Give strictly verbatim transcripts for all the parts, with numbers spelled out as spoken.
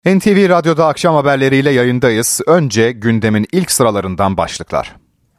N T V Radyo'da akşam haberleriyle yayındayız. Önce gündemin ilk sıralarından başlıklar.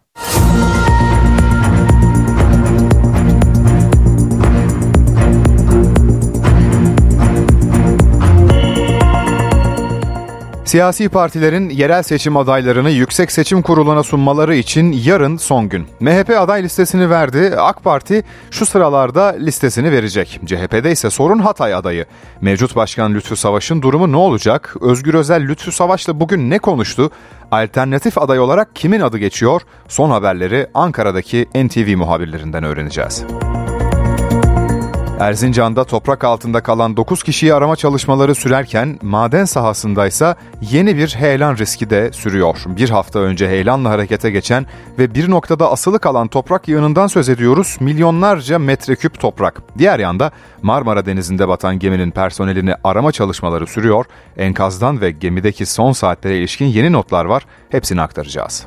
Siyasi partilerin yerel seçim adaylarını Yüksek Seçim Kurulu'na sunmaları için yarın son gün. M H P aday listesini verdi. AK Parti şu sıralarda listesini verecek. C H P'de ise sorun Hatay adayı. Mevcut Başkan Lütfü Savaş'ın durumu ne olacak? Özgür Özel Lütfü Savaş'la bugün ne konuştu? Alternatif aday olarak kimin adı geçiyor? Son haberleri Ankara'daki N T V muhabirlerinden öğreneceğiz. Erzincan'da toprak altında kalan dokuz kişiyi arama çalışmaları sürerken maden sahasındaysa yeni bir heyelan riski de sürüyor. Bir hafta önce heyelanla harekete geçen ve bir noktada asılı kalan toprak yığınından söz ediyoruz. Milyonlarca metreküp toprak. Diğer yanda Marmara Denizi'nde batan geminin personelini arama çalışmaları sürüyor. Enkazdan ve gemideki son saatlere ilişkin yeni notlar var. Hepsini aktaracağız.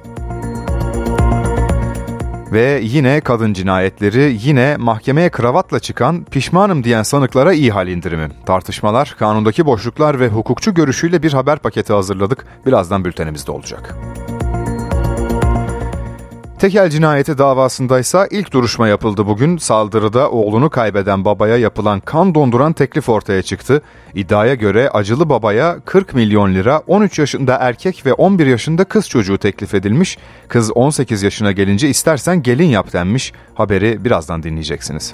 Ve yine kadın cinayetleri, yine mahkemeye kravatla çıkan, pişmanım diyen sanıklara iyi hal indirimi. Tartışmalar, kanundaki boşluklar ve hukukçu görüşüyle bir haber paketi hazırladık. Birazdan bültenimizde olacak. Tekel cinayeti davasındaysa ilk duruşma yapıldı bugün. Saldırıda oğlunu kaybeden babaya yapılan kan donduran teklif ortaya çıktı. İddiaya göre acılı babaya kırk milyon lira, on üç yaşında erkek ve on bir yaşında kız çocuğu teklif edilmiş. Kız on sekiz yaşına gelince istersen gelin yap denmiş. Haberi birazdan dinleyeceksiniz.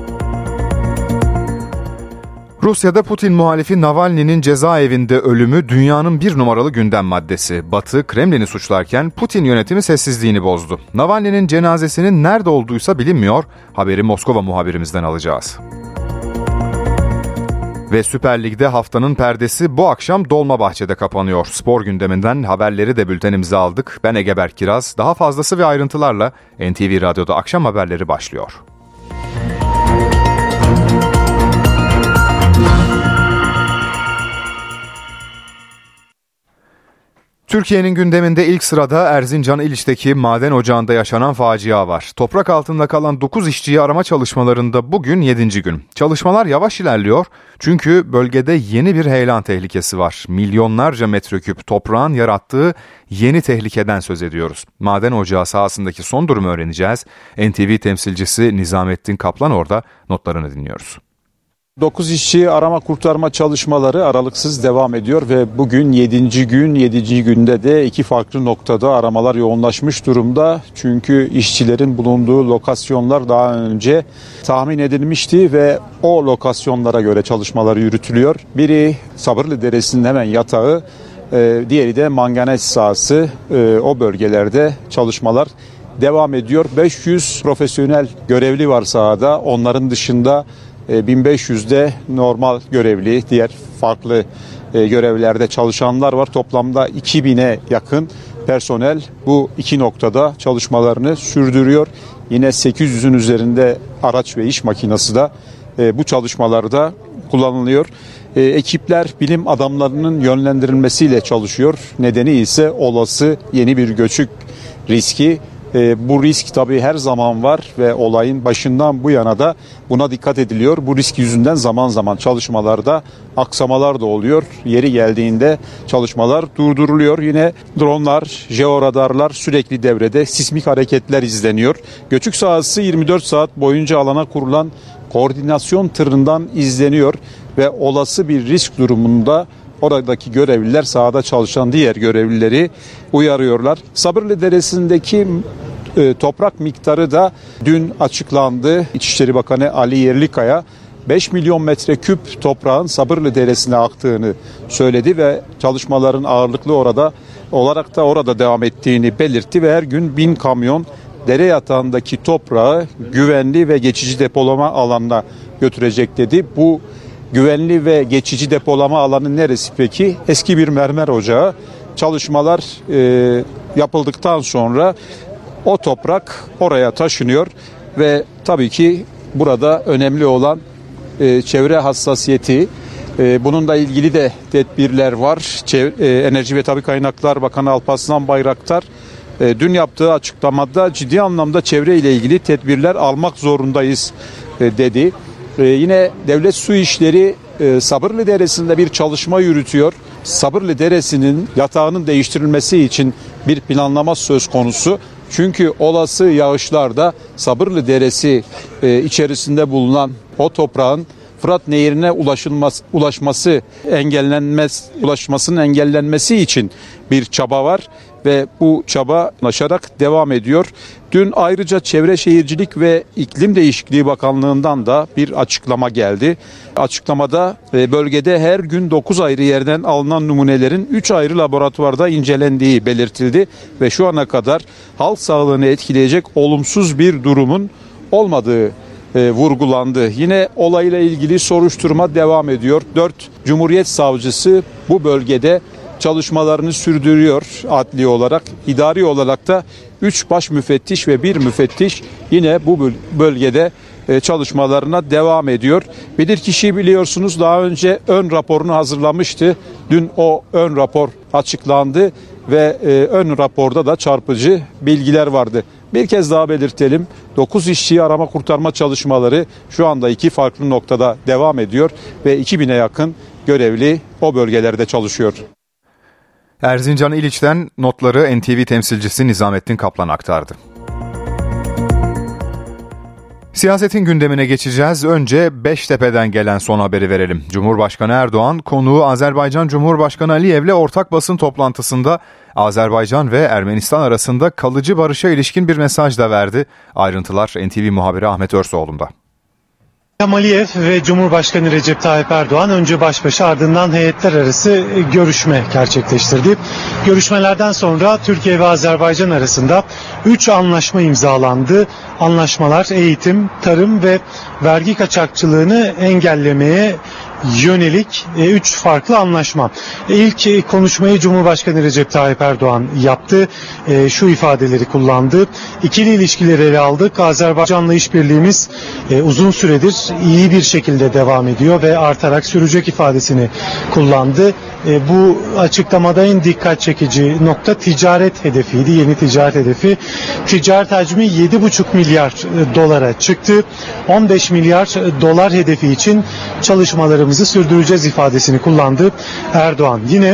Rusya'da Putin muhalifi Navalny'nin cezaevinde ölümü dünyanın bir numaralı gündem maddesi. Batı, Kremlin'i suçlarken Putin yönetimi sessizliğini bozdu. Navalny'nin cenazesinin nerede olduğuysa bilinmiyor. Haberi Moskova muhabirimizden alacağız. Ve Süper Lig'de haftanın perdesi bu akşam Dolmabahçe'de kapanıyor. Spor gündeminden haberleri de bültenimize aldık. Ben Egeber Kiraz. Daha fazlası ve ayrıntılarla N T V Radyo'da akşam haberleri başlıyor. Türkiye'nin gündeminde ilk sırada Erzincan İliç'teki maden ocağında yaşanan facia var. Toprak altında kalan dokuz işçiyi arama çalışmalarında bugün yedinci gün. Çalışmalar yavaş ilerliyor çünkü bölgede yeni bir heyelan tehlikesi var. Milyonlarca metreküp toprağın yarattığı yeni tehlikeden söz ediyoruz. Maden ocağı sahasındaki son durumu öğreneceğiz. N T V temsilcisi Nizamettin Kaplan orada, notlarını dinliyoruz. dokuz işçi arama kurtarma çalışmaları aralıksız devam ediyor ve bugün yedinci gün, yedinci günde de iki farklı noktada aramalar yoğunlaşmış durumda. Çünkü işçilerin bulunduğu lokasyonlar daha önce tahmin edilmişti ve o lokasyonlara göre çalışmalar yürütülüyor. Biri Sabırlı Deresi'nin hemen yatağı, diğeri de manganez sahası. O bölgelerde çalışmalar devam ediyor. beş yüz profesyonel görevli var sahada. Onların dışında bin beş yüzde normal görevli, diğer farklı görevlerde çalışanlar var. Toplamda iki bine yakın personel bu iki noktada çalışmalarını sürdürüyor. Yine sekiz yüzün üzerinde araç ve iş makinesi de bu çalışmalarda kullanılıyor. Ekipler bilim adamlarının yönlendirilmesiyle çalışıyor. Nedeni ise olası yeni bir göçük riski. E, bu risk tabii her zaman var ve olayın başından bu yana da buna dikkat ediliyor. Bu risk yüzünden zaman zaman çalışmalarda aksamalar da oluyor. Yeri geldiğinde çalışmalar durduruluyor. Yine dronlar, jeoradarlar sürekli devrede, sismik hareketler izleniyor. Göçük sahası yirmi dört saat boyunca alana kurulan koordinasyon tırından izleniyor ve olası bir risk durumunda oradaki görevliler sahada çalışan diğer görevlileri uyarıyorlar. Sabırlı Deresi'ndeki e, toprak miktarı da dün açıklandı. İçişleri Bakanı Ali Yerlikaya beş milyon metreküp toprağın Sabırlı Deresi'ne aktığını söyledi ve çalışmaların ağırlıklı orada olarak da orada devam ettiğini belirtti ve her gün bin kamyon dere yatağındaki toprağı güvenli ve geçici depolama alanına götürecek dedi. Bu güvenli ve geçici depolama alanı neresi peki? Eski bir mermer ocağı. Çalışmalar e, yapıldıktan sonra o toprak oraya taşınıyor ve tabii ki burada önemli olan e, çevre hassasiyeti. E, bununla ilgili de tedbirler var. Çev- e, Enerji ve Tabii Kaynaklar Bakanı Alparslan Bayraktar e, dün yaptığı açıklamada ciddi anlamda çevre ile ilgili tedbirler almak zorundayız e, dedi. Ee, yine Devlet Su İşleri e, Sabırlı Deresi'nde bir çalışma yürütüyor. Sabırlı Deresi'nin yatağının değiştirilmesi için bir planlama söz konusu. Çünkü olası yağışlarda Sabırlı Deresi e, içerisinde bulunan o toprağın Fırat Nehri'ne ulaşılması, ulaşması engellenmez, ulaşmasının engellenmesi için bir çaba var ve bu çaba aşarak devam ediyor. Dün ayrıca Çevre Şehircilik ve İklim Değişikliği Bakanlığı'ndan da bir açıklama geldi. Açıklamada bölgede her gün dokuz ayrı yerden alınan numunelerin üç ayrı laboratuvarda incelendiği belirtildi ve şu ana kadar halk sağlığını etkileyecek olumsuz bir durumun olmadığı E, vurgulandı. Yine olayla ilgili soruşturma devam ediyor. Dört Cumhuriyet Savcısı bu bölgede çalışmalarını sürdürüyor adli olarak. İdari olarak da üç baş müfettiş ve bir müfettiş yine bu bölgede e, çalışmalarına devam ediyor. Bilirkişi biliyorsunuz daha önce ön raporunu hazırlamıştı. Dün o ön rapor açıklandı ve e, ön raporda da çarpıcı bilgiler vardı. Bir kez daha belirtelim. dokuz işçiyi arama kurtarma çalışmaları şu anda iki farklı noktada devam ediyor ve iki bine yakın görevli o bölgelerde çalışıyor. Erzincan İliç'ten notları N T V temsilcisi Nizamettin Kaplan aktardı. Siyasetin gündemine geçeceğiz. Önce Beştepe'den gelen son haberi verelim. Cumhurbaşkanı Erdoğan, konuğu Azerbaycan Cumhurbaşkanı Aliyev'le ortak basın toplantısında Azerbaycan ve Ermenistan arasında kalıcı barışa ilişkin bir mesaj da verdi. Ayrıntılar N T V muhabiri Ahmet Örsoğlu'nda. Aliyev ve Cumhurbaşkanı Recep Tayyip Erdoğan önce baş başa ardından heyetler arası görüşme gerçekleştirdi. Görüşmelerden sonra Türkiye ve Azerbaycan arasında üç anlaşma imzalandı. Anlaşmalar eğitim, tarım ve vergi kaçakçılığını engellemeye yönelik üç farklı anlaşma. İlk konuşmayı Cumhurbaşkanı Recep Tayyip Erdoğan yaptı. E, şu ifadeleri kullandı. İkili ilişkileri ele aldık. Azerbaycan'la işbirliğimiz e, uzun süredir iyi bir şekilde devam ediyor ve artarak sürecek ifadesini kullandı. E, bu açıklamada en dikkat çekici nokta ticaret hedefiydi. Yeni ticaret hedefi. Ticaret hacmi yedi buçuk milyar dolara çıktı. on beş milyar dolar hedefi için çalışmalarımızı sürdüreceğiz ifadesini kullandı Erdoğan. Yine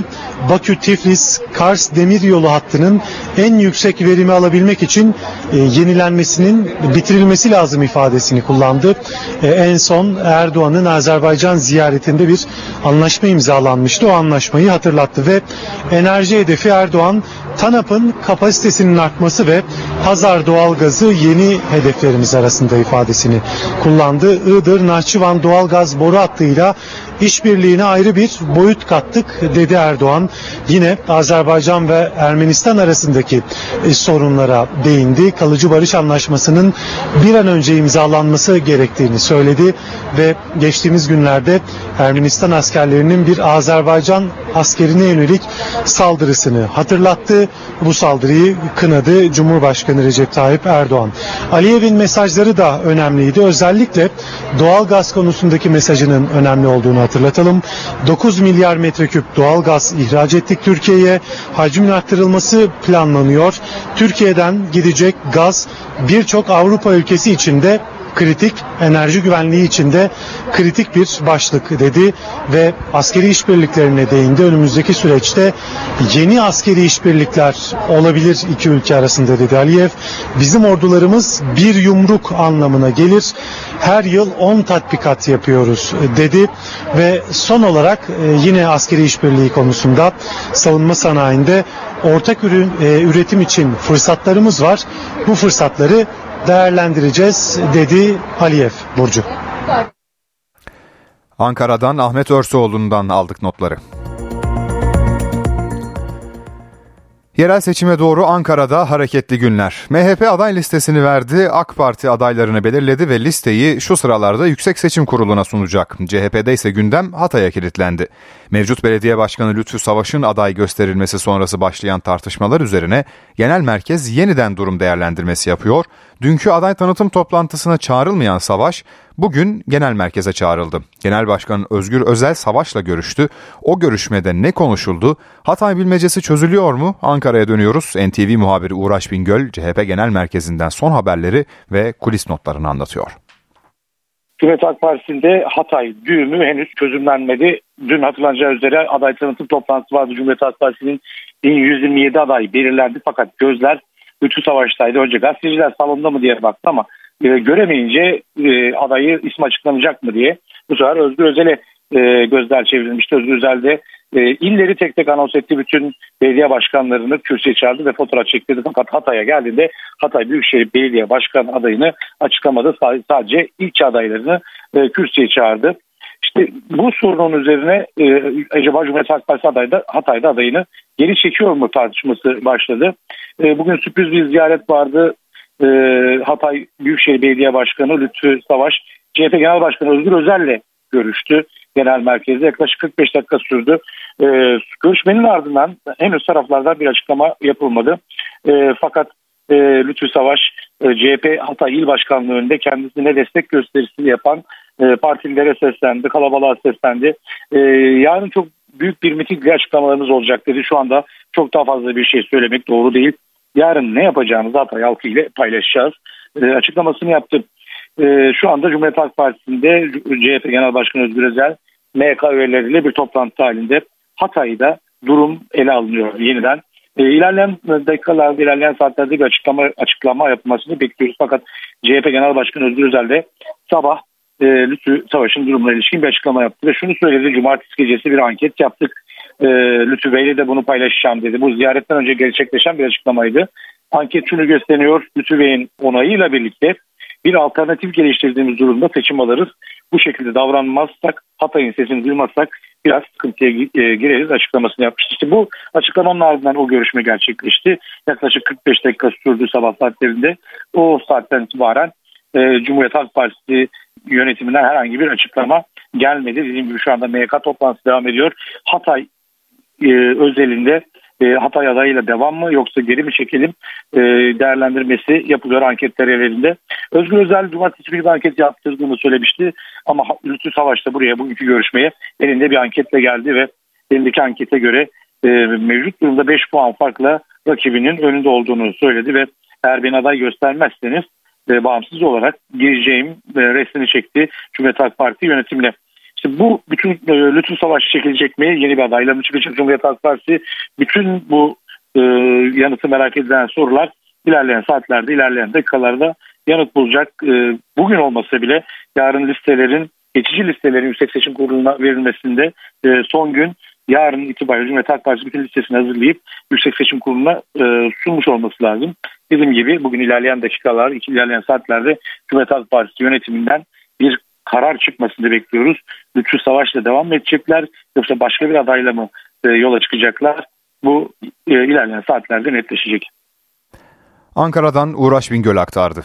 Bakü-Tiflis-Kars demiryolu hattının en yüksek verimi alabilmek için e, yenilenmesinin bitirilmesi lazım ifadesini kullandı. E, en son Erdoğan'ın Azerbaycan ziyaretinde bir anlaşma imzalanmıştı. O anlaşmayı hatırlattı ve enerji hedefi Erdoğan, TANAP'ın kapasitesinin artması ve Hazar doğalgazı yeni hedeflerimiz arasında ifadesini kullandı. Iğdır-Nahçıvan doğalgaz boru hattıyla işbirliğine ayrı bir boyut kattık dedi Erdoğan. Yine Azerbaycan ve Ermenistan arasındaki e, sorunlara değindi. Kalıcı barış anlaşmasının bir an önce imzalanması gerektiğini söyledi ve geçtiğimiz günlerde Ermenistan askerlerinin bir Azerbaycan askerine yönelik saldırısını hatırlattı. Bu saldırıyı kınadı Cumhurbaşkanı Recep Tayyip Erdoğan. Aliyev'in mesajları da önemliydi. Özellikle doğal gaz konusundaki mesajının önemli olduğunu hatırlatalım. dokuz milyar metreküp doğal gaz ihraç ettik Türkiye'ye. Hacmin arttırılması planlanıyor. Türkiye'den gidecek gaz birçok Avrupa ülkesi içinde kritik, enerji güvenliği içinde kritik bir başlık dedi ve askeri işbirliklerine değindi. Önümüzdeki süreçte yeni askeri işbirlikler olabilir iki ülke arasında dedi Aliyev. Bizim ordularımız bir yumruk anlamına gelir. Her yıl on tatbikat yapıyoruz dedi ve son olarak yine askeri işbirliği konusunda savunma sanayinde ortak ürün, üretim için fırsatlarımız var. Bu fırsatları değerlendireceğiz dedi Aliyev. Burcu. Ankara'dan Ahmet Örsoğlu'ndan aldık notları. Yerel seçime doğru Ankara'da hareketli günler. M H P aday listesini verdi, AK Parti adaylarını belirledi ve listeyi şu sıralarda Yüksek Seçim Kurulu'na sunacak. C H P'de ise gündem Hatay'a kilitlendi. Mevcut belediye başkanı Lütfü Savaş'ın aday gösterilmesi sonrası başlayan tartışmalar üzerine genel merkez yeniden durum değerlendirmesi yapıyor. Dünkü aday tanıtım toplantısına çağrılmayan Savaş bugün genel merkeze çağrıldı. Genel Başkan Özgür Özel Savaş'la görüştü. O görüşmede ne konuşuldu? Hatay bilmecesi çözülüyor mu? Ankara'ya dönüyoruz. N T V muhabiri Uğraş Bingöl, C H P Genel Merkezi'nden son haberleri ve kulis notlarını anlatıyor. Cumhuriyet Halk Partisi'nde Hatay düğümü henüz çözümlenmedi. dün hatırlanacağı üzere aday tanıtım toplantısı vardı. Cumhuriyet Halk Partisi'nin bin yüz yirmi yedi aday belirlendi fakat gözler Lütfü Savaş'taydı. Önce gazeteciler salonda mı diye baktı ama e, göremeyince e, adayı ismi açıklanacak mı diye bu sefer Özgür Özel'e e, gözler çevrilmişti. Özgür Özel de e, illeri tek tek anons etti. Bütün belediye başkanlarını kürsüye çağırdı ve fotoğraf çektirdi. Fakat Hatay'a geldiğinde Hatay Büyükşehir Belediye Başkan adayını açıklamadı. Sadece ilçe adaylarını e, kürsüye çağırdı. İşte bu sorunun üzerine e, acaba Cumhuriyet Halk Partisi adayı da Hatay'da adayını geri çekiyor mu tartışması başladı. E, bugün sürpriz bir ziyaret vardı. E, Hatay Büyükşehir Belediye Başkanı Lütfü Savaş, C H P Genel Başkanı Özgür Özel'le görüştü. Genel merkezde yaklaşık kırk beş dakika sürdü. E, görüşmenin ardından henüz taraflardan bir açıklama yapılmadı. E, fakat e, Lütfü Savaş e, C H P Hatay İl Başkanlığı önünde kendisine destek gösterisi yapan e, partililere seslendi, kalabalığa seslendi. E, yarın çok büyük bir miting açıklamalarımız olacak dedi. Şu anda çok daha fazla bir şey söylemek doğru değil. Yarın ne yapacağımızı Hatay halkı ile paylaşacağız. E, açıklamasını yaptı. E, şu anda Cumhuriyet Halk Partisi'nde C H P Genel Başkanı Özgür Özel M K üyeleriyle bir toplantı halinde Hatay'da durum ele alınıyor yeniden. E, ilerleyen dakikalarda, ilerleyen saatlerde bir açıklama açıklama yapılmasını bekliyoruz. Fakat C H P Genel Başkanı Özgür Özel de sabah e, Lütfü Savaş'ın durumuna ilişkin bir açıklama yaptı ve şunu söyledi: cumartesi gecesi bir anket yaptık. E, Lütfü Bey'le de bunu paylaşacağım dedi. Bu ziyaretten önce gerçekleşen bir açıklamaydı. Anket şunu gösteriyor: Lütfü Bey'in onayıyla birlikte bir alternatif geliştirdiğimiz durumda seçim alırız. Bu şekilde davranmazsak, Hatay'ın sesini duymazsak biraz sıkıntıya gireriz açıklamasını yapmıştı. İşte bu açıklamanın ardından o görüşme gerçekleşti. Yaklaşık kırk beş dakika sürdü sabah saatlerinde. O saatten itibaren e, Cumhuriyet Halk Partisi yönetiminden herhangi bir açıklama gelmedi. Dediğim gibi şu anda M Y K toplantısı devam ediyor. Hatay e, özelinde e, Hatay adayıyla devam mı yoksa geri mi çekelim e, değerlendirmesi yapılıyor anketler elinde. Özgür Özel cumartesi bir anket yaptırdığını söylemişti ama Lütfü Savaş da buraya bugünkü görüşmeye elinde bir anketle geldi ve elindeki ankete göre e, mevcut durumda beş puan farkla rakibinin önünde olduğunu söyledi ve eğer beni aday göstermezseniz e, bağımsız olarak gireceğim e, resmini çekti Cumhuriyet Halk Parti yönetimle. İşte bu bütün e, Lütfü Savaş çekilecek mi? Yeni bir adayla mı çıkacak Cumhuriyet Halk Partisi? Bütün bu e, yanıtı merak edilen sorular ilerleyen saatlerde, ilerleyen dakikalarda yanıt bulacak. E, bugün olmasa bile yarın listelerin, geçici listelerin Yüksek Seçim Kurulu'na verilmesinde e, son gün, yarın itibariyle Cumhuriyet Halk Partisi bütün listesini hazırlayıp Yüksek Seçim Kurulu'na e, sunmuş olması lazım. Dediğim gibi bugün ilerleyen dakikalar, iki ilerleyen saatlerde Cumhuriyet Halk Partisi yönetiminden bir karar çıkmasını bekliyoruz. Lütfü Savaş'la devam mı edecekler yoksa başka bir adayla mı e, yola çıkacaklar? Bu e, ilerleyen saatlerde netleşecek. Ankara'dan Uğraş Bingöl aktardı.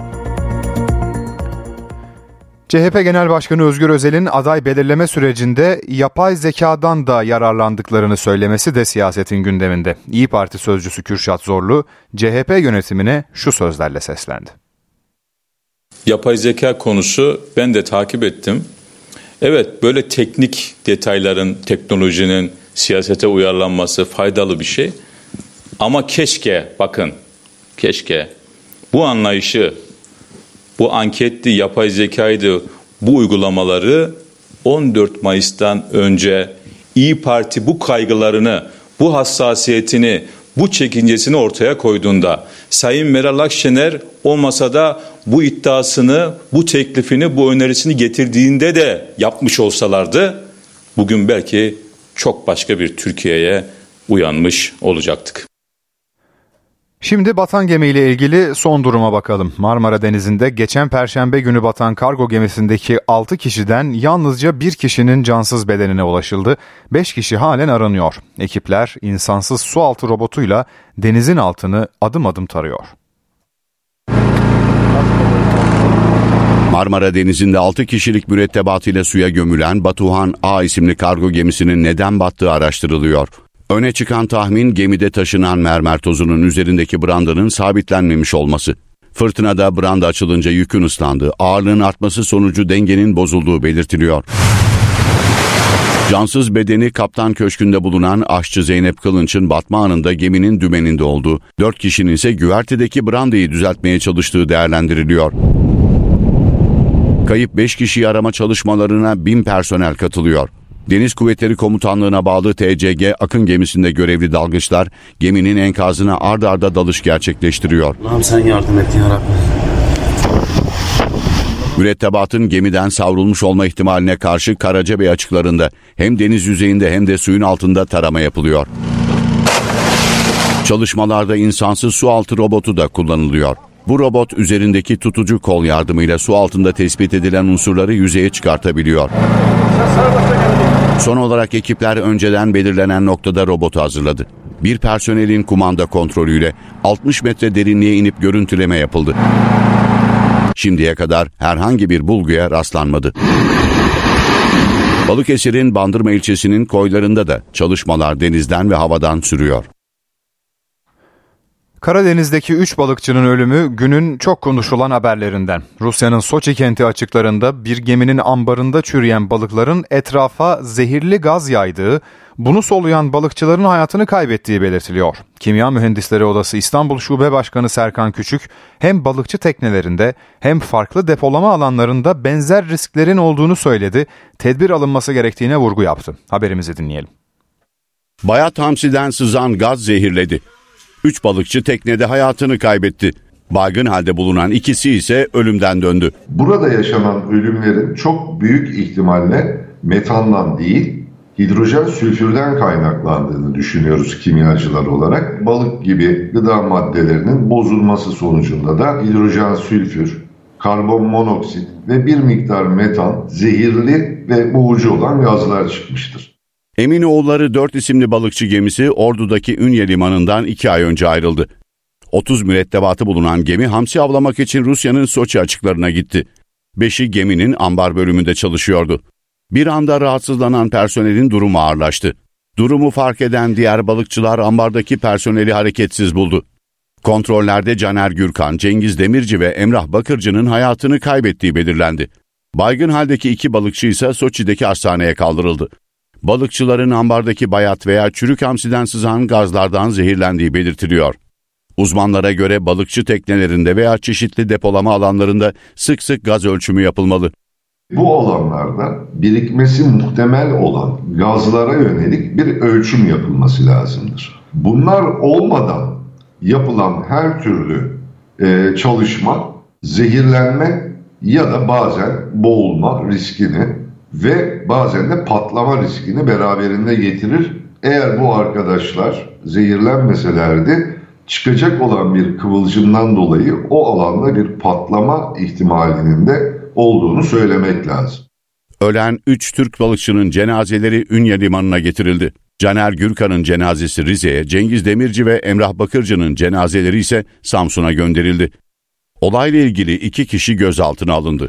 C H P Genel Başkanı Özgür Özel'in aday belirleme sürecinde yapay zekadan da yararlandıklarını söylemesi de siyasetin gündeminde. İYİ Parti sözcüsü Kürşat Zorlu, C H P yönetimine şu sözlerle seslendi. Yapay zeka konusu ben de takip ettim. Evet, böyle teknik detayların, teknolojinin siyasete uyarlanması faydalı bir şey. Ama keşke, bakın, keşke bu anlayışı, bu anketti, yapay zekaydı, bu uygulamaları on dört Mayıs'tan önce İYİ Parti bu kaygılarını, bu hassasiyetini, bu çekincesini ortaya koyduğunda, Sayın Meral Akşener o masada bu iddiasını, bu teklifini, bu önerisini getirdiğinde de yapmış olsalardı, bugün belki çok başka bir Türkiye'ye uyanmış olacaktık. Şimdi batan gemiyle ilgili son duruma bakalım. Marmara Denizi'nde geçen Perşembe günü batan kargo gemisindeki altı kişiden yalnızca bir kişinin cansız bedenine ulaşıldı. beş kişi halen aranıyor. Ekipler insansız sualtı robotuyla denizin altını adım adım tarıyor. Marmara Denizi'nde altı kişilik mürettebatıyla suya gömülen Batuhan A isimli kargo gemisinin neden battığı araştırılıyor. Öne çıkan tahmin gemide taşınan mermer tozunun üzerindeki brandanın sabitlenmemiş olması. Fırtınada branda açılınca yükün ıslandığı, ağırlığın artması sonucu dengenin bozulduğu belirtiliyor. Cansız bedeni Kaptan Köşkü'nde bulunan aşçı Zeynep Kılınç'ın batma anında geminin dümeninde olduğu, dört kişinin ise güvertedeki brandayı düzeltmeye çalıştığı değerlendiriliyor. Kayıp beş kişiyi arama çalışmalarına bin personel katılıyor. Deniz Kuvvetleri Komutanlığı'na bağlı T C G Akın gemisinde görevli dalgıçlar geminin enkazına ard arda dalış gerçekleştiriyor. Allah'ım sen yardım et ya Rabbi. Mürettebatın gemiden savrulmuş olma ihtimaline karşı Karacabey açıklarında hem deniz yüzeyinde hem de suyun altında tarama yapılıyor. Çalışmalarda insansız sualtı robotu da kullanılıyor. Bu robot üzerindeki tutucu kol yardımıyla su altında tespit edilen unsurları yüzeye çıkartabiliyor. Son olarak ekipler önceden belirlenen noktada robotu hazırladı. Bir personelin kumanda kontrolüyle altmış metre derinliğe inip görüntüleme yapıldı. Şimdiye kadar herhangi bir bulguya rastlanmadı. Balıkesir'in Bandırma ilçesinin koylarında da çalışmalar denizden ve havadan sürüyor. Karadeniz'deki üç balıkçının ölümü günün çok konuşulan haberlerinden. Rusya'nın Soçi kenti açıklarında bir geminin ambarında çürüyen balıkların etrafa zehirli gaz yaydığı, bunu soluyan balıkçıların hayatını kaybettiği belirtiliyor. Kimya Mühendisleri Odası İstanbul Şube Başkanı Serkan Küçük, hem balıkçı teknelerinde hem farklı depolama alanlarında benzer risklerin olduğunu söyledi, tedbir alınması gerektiğine vurgu yaptı. Haberimizi dinleyelim. Bayat hamsiden sızan gaz zehirledi. Üç balıkçı teknede hayatını kaybetti. Baygın halde bulunan ikisi ise ölümden döndü. Burada yaşanan ölümlerin çok büyük ihtimalle metandan değil, hidrojen sülfürden kaynaklandığını düşünüyoruz kimyacılar olarak. Balık gibi gıda maddelerinin bozulması sonucunda da hidrojen sülfür, karbon monoksit ve bir miktar metan zehirli ve boğucu olan gazlar çıkmıştır. Eminoğulları dört isimli balıkçı gemisi Ordu'daki Ünye limanından iki ay önce ayrıldı. otuz mürettebatı bulunan gemi hamsi avlamak için Rusya'nın Soçi açıklarına gitti. Beşi geminin ambar bölümünde çalışıyordu. Bir anda rahatsızlanan personelin durumu ağırlaştı. Durumu fark eden diğer balıkçılar ambardaki personeli hareketsiz buldu. Kontrollerde Caner Gürkan, Cengiz Demirci ve Emrah Bakırcı'nın hayatını kaybettiği belirlendi. Baygın haldeki iki balıkçı ise Soçi'deki hastaneye kaldırıldı. Balıkçıların ambardaki bayat veya çürük hamsiden sızan gazlardan zehirlendiği belirtiliyor. Uzmanlara göre balıkçı teknelerinde veya çeşitli depolama alanlarında sık sık gaz ölçümü yapılmalı. Bu alanlarda birikmesi muhtemel olan gazlara yönelik bir ölçüm yapılması lazımdır. Bunlar olmadan yapılan her türlü e, çalışma zehirlenme ya da bazen boğulma riskini ve bazen de patlama riskini beraberinde getirir. Eğer bu arkadaşlar zehirlenmeselerdi çıkacak olan bir kıvılcımdan dolayı o alanda bir patlama ihtimalinin de olduğunu söylemek lazım. Ölen üç Türk balıkçının cenazeleri Ünye limanına getirildi. Caner Gürkan'ın cenazesi Rize'ye, Cengiz Demirci ve Emrah Bakırcı'nın cenazeleri ise Samsun'a gönderildi. Olayla ilgili iki kişi gözaltına alındı.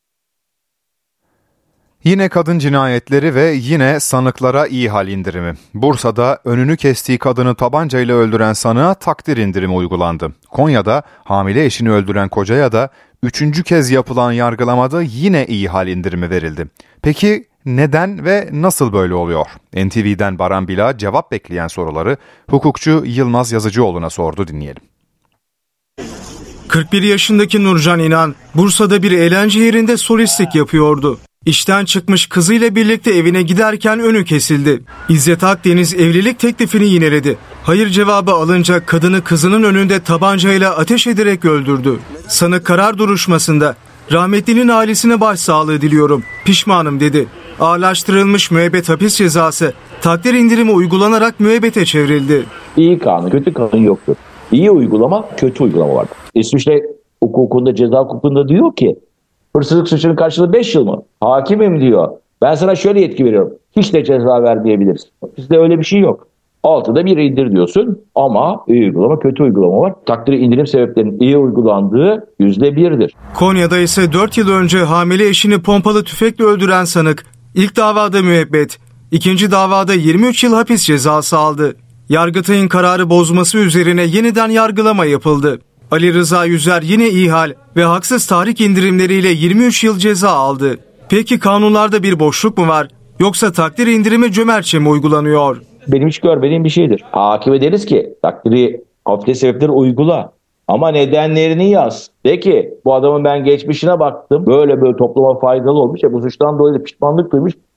Yine kadın cinayetleri ve yine sanıklara iyi hal indirimi. Bursa'da önünü kestiği kadını tabancayla öldüren sanığa takdir indirimi uygulandı. Konya'da hamile eşini öldüren kocaya da üçüncü kez yapılan yargılamada yine iyi hal indirimi verildi. Peki neden ve nasıl böyle oluyor? N T V'den Baran Bila cevap bekleyen soruları hukukçu Yılmaz Yazıcıoğlu'na sordu, dinleyelim. kırk bir yaşındaki Nurcan İnan, Bursa'da bir eğlence yerinde solistlik yapıyordu. İşten çıkmış kızıyla birlikte evine giderken önü kesildi. İzzet Akdeniz evlilik teklifini yineledi. Hayır cevabı alınca kadını kızının önünde tabancayla ateş ederek öldürdü. Sanık karar duruşmasında rahmetlinin ailesine başsağlığı diliyorum, pişmanım dedi. Ağırlaştırılmış müebbet hapis cezası takdir indirimi uygulanarak müebbete çevrildi. İyi kanun, kötü kanun yoktur. İyi uygulama, kötü uygulama vardır. İsviçre hukukunda, ceza hukukunda diyor ki hırsızlık suçunun karşılığı beş yıl mı? Hakimim diyor. Ben sana şöyle yetki veriyorum. Hiç de ceza vermeyebiliriz. Bizde öyle bir şey yok. Altıda bir indir diyorsun ama iyi uygulama, kötü uygulama var. Takdir indirim sebeplerinin iyi uygulandığı yüzde birdir. Konya'da ise dört yıl önce hamile eşini pompalı tüfekle öldüren sanık ilk davada müebbet, ikinci davada yirmi üç yıl hapis cezası aldı. Yargıtay'ın kararı bozması üzerine yeniden yargılama yapıldı. Ali Rıza Yüzer yine ihal ve haksız tahrik indirimleriyle yirmi üç yıl ceza aldı. Peki kanunlarda bir boşluk mu var? Yoksa takdir indirimi cömertçe mi uygulanıyor? Benim hiç görmediğim bir şeydir. Hakime deriz ki takdiri hafif sebepleri uygula ama nedenlerini yaz. De ki bu adamın ben geçmişine baktım. Böyle böyle topluma faydalı olmuş. E bu suçtan dolayı da pişmanlık duymuş.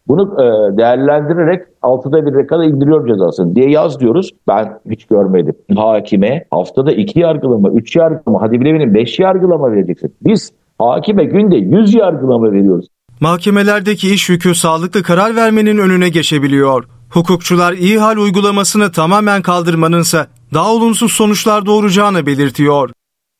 Bunu e, değerlendirerek altıda bir kadar indiriyor cezasını diye yaz diyoruz. Ben hiç görmedim. Hakime haftada iki yargılama, üç yargılama, hadi bile benim beş yargılama vereceksin. Biz hakime günde yüz yargılama veriyoruz. Mahkemelerdeki iş yükü sağlıklı karar vermenin önüne geçebiliyor. Hukukçular iyi hal uygulamasını tamamen kaldırmanınsa daha olumsuz sonuçlar doğuracağını belirtiyor.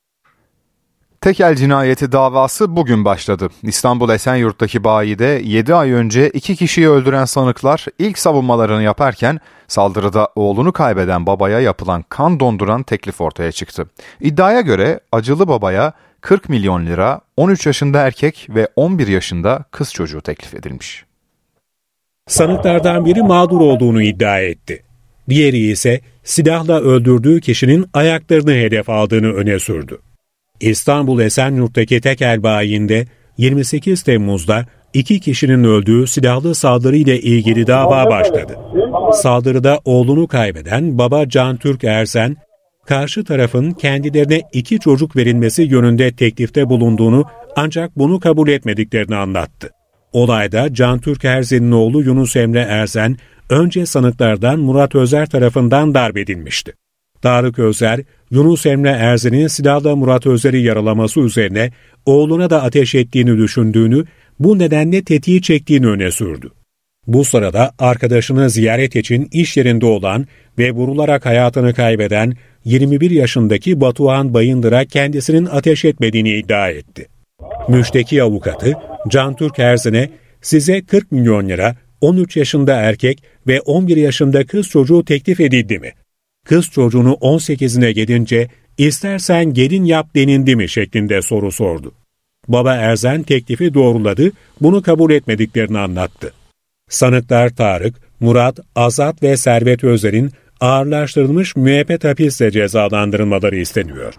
Tekel cinayeti davası bugün başladı. İstanbul Esenyurt'taki bayide yedi ay önce iki kişiyi öldüren sanıklar ilk savunmalarını yaparken saldırıda oğlunu kaybeden babaya yapılan kan donduran teklif ortaya çıktı. İddiaya göre acılı babaya kırk milyon lira, on üç yaşında erkek ve on bir yaşında kız çocuğu teklif edilmiş. Sanıklardan biri mağdur olduğunu iddia etti. Diğeri ise silahla öldürdüğü kişinin ayaklarını hedef aldığını öne sürdü. İstanbul Esenyurt'taki Tekel bayinde yirmi sekiz Temmuz'da iki kişinin öldüğü silahlı saldırıyla ilgili dava başladı. Saldırıda oğlunu kaybeden baba Cantürk Ersen, karşı tarafın kendilerine iki çocuk verilmesi yönünde teklifte bulunduğunu ancak bunu kabul etmediklerini anlattı. Olayda Cantürk Ersen'in oğlu Yunus Emre Ersen, önce sanıklardan Murat Özer tarafından darp edilmişti. Tarık Özer, Yunus Emre Ersen'in silahla Murat Özer'i yaralaması üzerine oğluna da ateş ettiğini düşündüğünü, bu nedenle tetiği çektiğini öne sürdü. Bu sırada arkadaşını ziyaret için iş yerinde olan ve vurularak hayatını kaybeden yirmi bir yaşındaki Batuhan Bayındır'a kendisinin ateş etmediğini iddia etti. Müşteki avukatı Cantürk Ersen'e size kırk milyon lira, on üç yaşında erkek ve on bir yaşında kız çocuğu teklif edildi mi? Kız çocuğunu on sekizine gelince istersen gelin yap denildi mi şeklinde soru sordu. Baba Ersen teklifi doğruladı, bunu kabul etmediklerini anlattı. Sanıklar Tarık, Murat, Azat ve Servet Özer'in ağırlaştırılmış müebbet hapisle cezalandırılmaları isteniyor.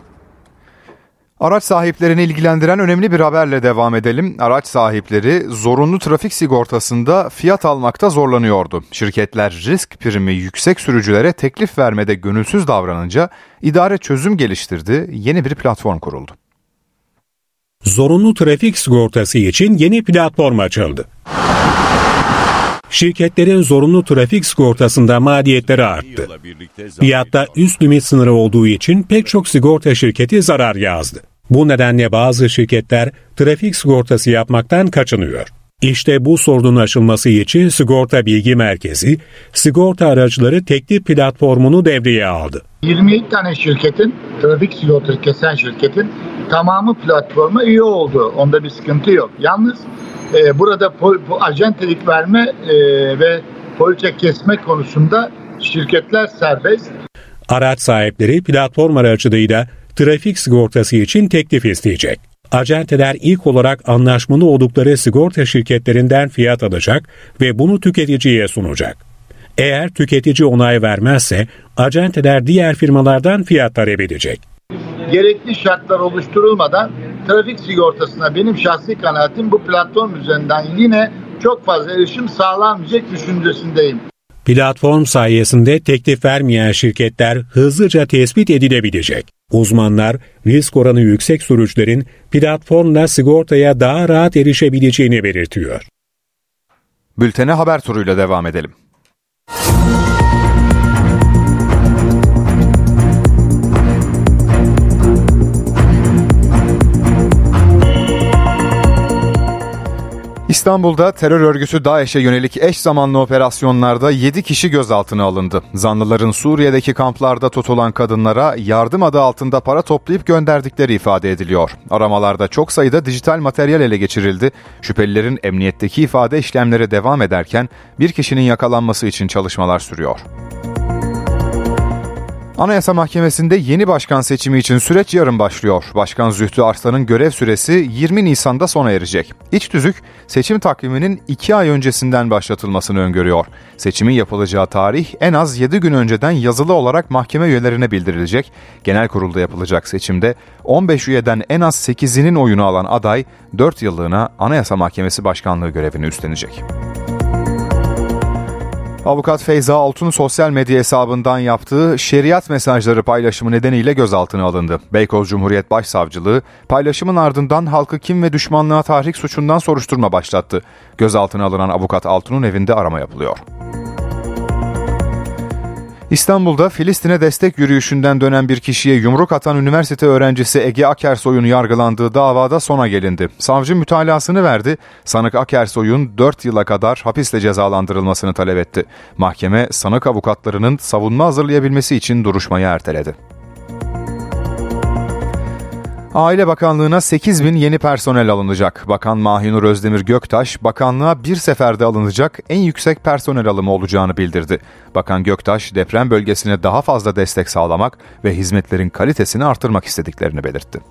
Araç sahiplerini ilgilendiren önemli bir haberle devam edelim. Araç sahipleri zorunlu trafik sigortasında fiyat almakta zorlanıyordu. Şirketler risk primi yüksek sürücülere teklif vermede gönülsüz davranınca idare çözüm geliştirdi, yeni bir platform kuruldu. Zorunlu trafik sigortası için yeni platform açıldı. Şirketlerin zorunlu trafik sigortasında maliyetleri arttı. Fiyatta üst limit sınırı olduğu için pek çok sigorta şirketi zarar yazdı. Bu nedenle bazı şirketler trafik sigortası yapmaktan kaçınıyor. İşte bu sorunun aşılması için Sigorta Bilgi Merkezi, sigorta aracıları teklif platformunu devreye aldı. yirmi yedi tane şirketin, trafik sigortası kesen şirketin tamamı platforma üye oldu. Onda bir sıkıntı yok. Yalnız e, burada po- po- acentelik verme e, ve poliçe kesme konusunda şirketler serbest. Araç sahipleri platform aracılığıyla trafik sigortası için teklif isteyecek. Acenteler ilk olarak anlaşmalı oldukları sigorta şirketlerinden fiyat alacak ve bunu tüketiciye sunacak. Eğer tüketici onay vermezse acenteler diğer firmalardan fiyat talep edecek. Gerekli şartlar oluşturulmadan trafik sigortasına benim şahsi kanaatim bu platform üzerinden yine çok fazla erişim sağlanmayacak düşüncesindeyim. Platform sayesinde teklif vermeyen şirketler hızlıca tespit edilebilecek. Uzmanlar, risk oranı yüksek sürücülerin platformla sigortaya daha rahat erişebileceğini belirtiyor. Bültene haber turuyla devam edelim. İstanbul'da terör örgütü DAEŞ'e yönelik eş zamanlı operasyonlarda yedi kişi gözaltına alındı. Zanlıların Suriye'deki kamplarda tutulan kadınlara yardım adı altında para toplayıp gönderdikleri ifade ediliyor. Aramalarda çok sayıda dijital materyal ele geçirildi. Şüphelilerin emniyetteki ifade işlemleri devam ederken bir kişinin yakalanması için çalışmalar sürüyor. Anayasa Mahkemesi'nde yeni başkan seçimi için süreç yarın başlıyor. Başkan Zühtü Arslan'ın görev süresi yirmi Nisan'da sona erecek. İç tüzük seçim takviminin iki ay öncesinden başlatılmasını öngörüyor. Seçimin yapılacağı tarih en az yedi gün önceden yazılı olarak mahkeme üyelerine bildirilecek. Genel kurulda yapılacak seçimde on beş üyeden en az sekizinin oyunu alan aday dört yıllığına Anayasa Mahkemesi Başkanlığı görevini üstlenecek. Avukat Feyza Altun sosyal medya hesabından yaptığı şeriat mesajları paylaşımı nedeniyle gözaltına alındı. Beykoz Cumhuriyet Başsavcılığı paylaşımın ardından halkı kin ve düşmanlığa tahrik suçundan soruşturma başlattı. Gözaltına alınan avukat Altun'un evinde arama yapılıyor. İstanbul'da Filistin'e destek yürüyüşünden dönen bir kişiye yumruk atan üniversite öğrencisi Ege Akersoy'un yargılandığı davada sona gelindi. Savcı mütalasını verdi. Sanık Akersoy'un dört yıla kadar hapisle cezalandırılmasını talep etti. Mahkeme sanık avukatlarının savunma hazırlayabilmesi için duruşmayı erteledi. Aile Bakanlığı'na sekiz bin yeni personel alınacak. Bakan Mahinur Özdemir Göktaş, bakanlığa bir seferde alınacak en yüksek personel alımı olacağını bildirdi. Bakan Göktaş, deprem bölgesine daha fazla destek sağlamak ve hizmetlerin kalitesini artırmak istediklerini belirtti.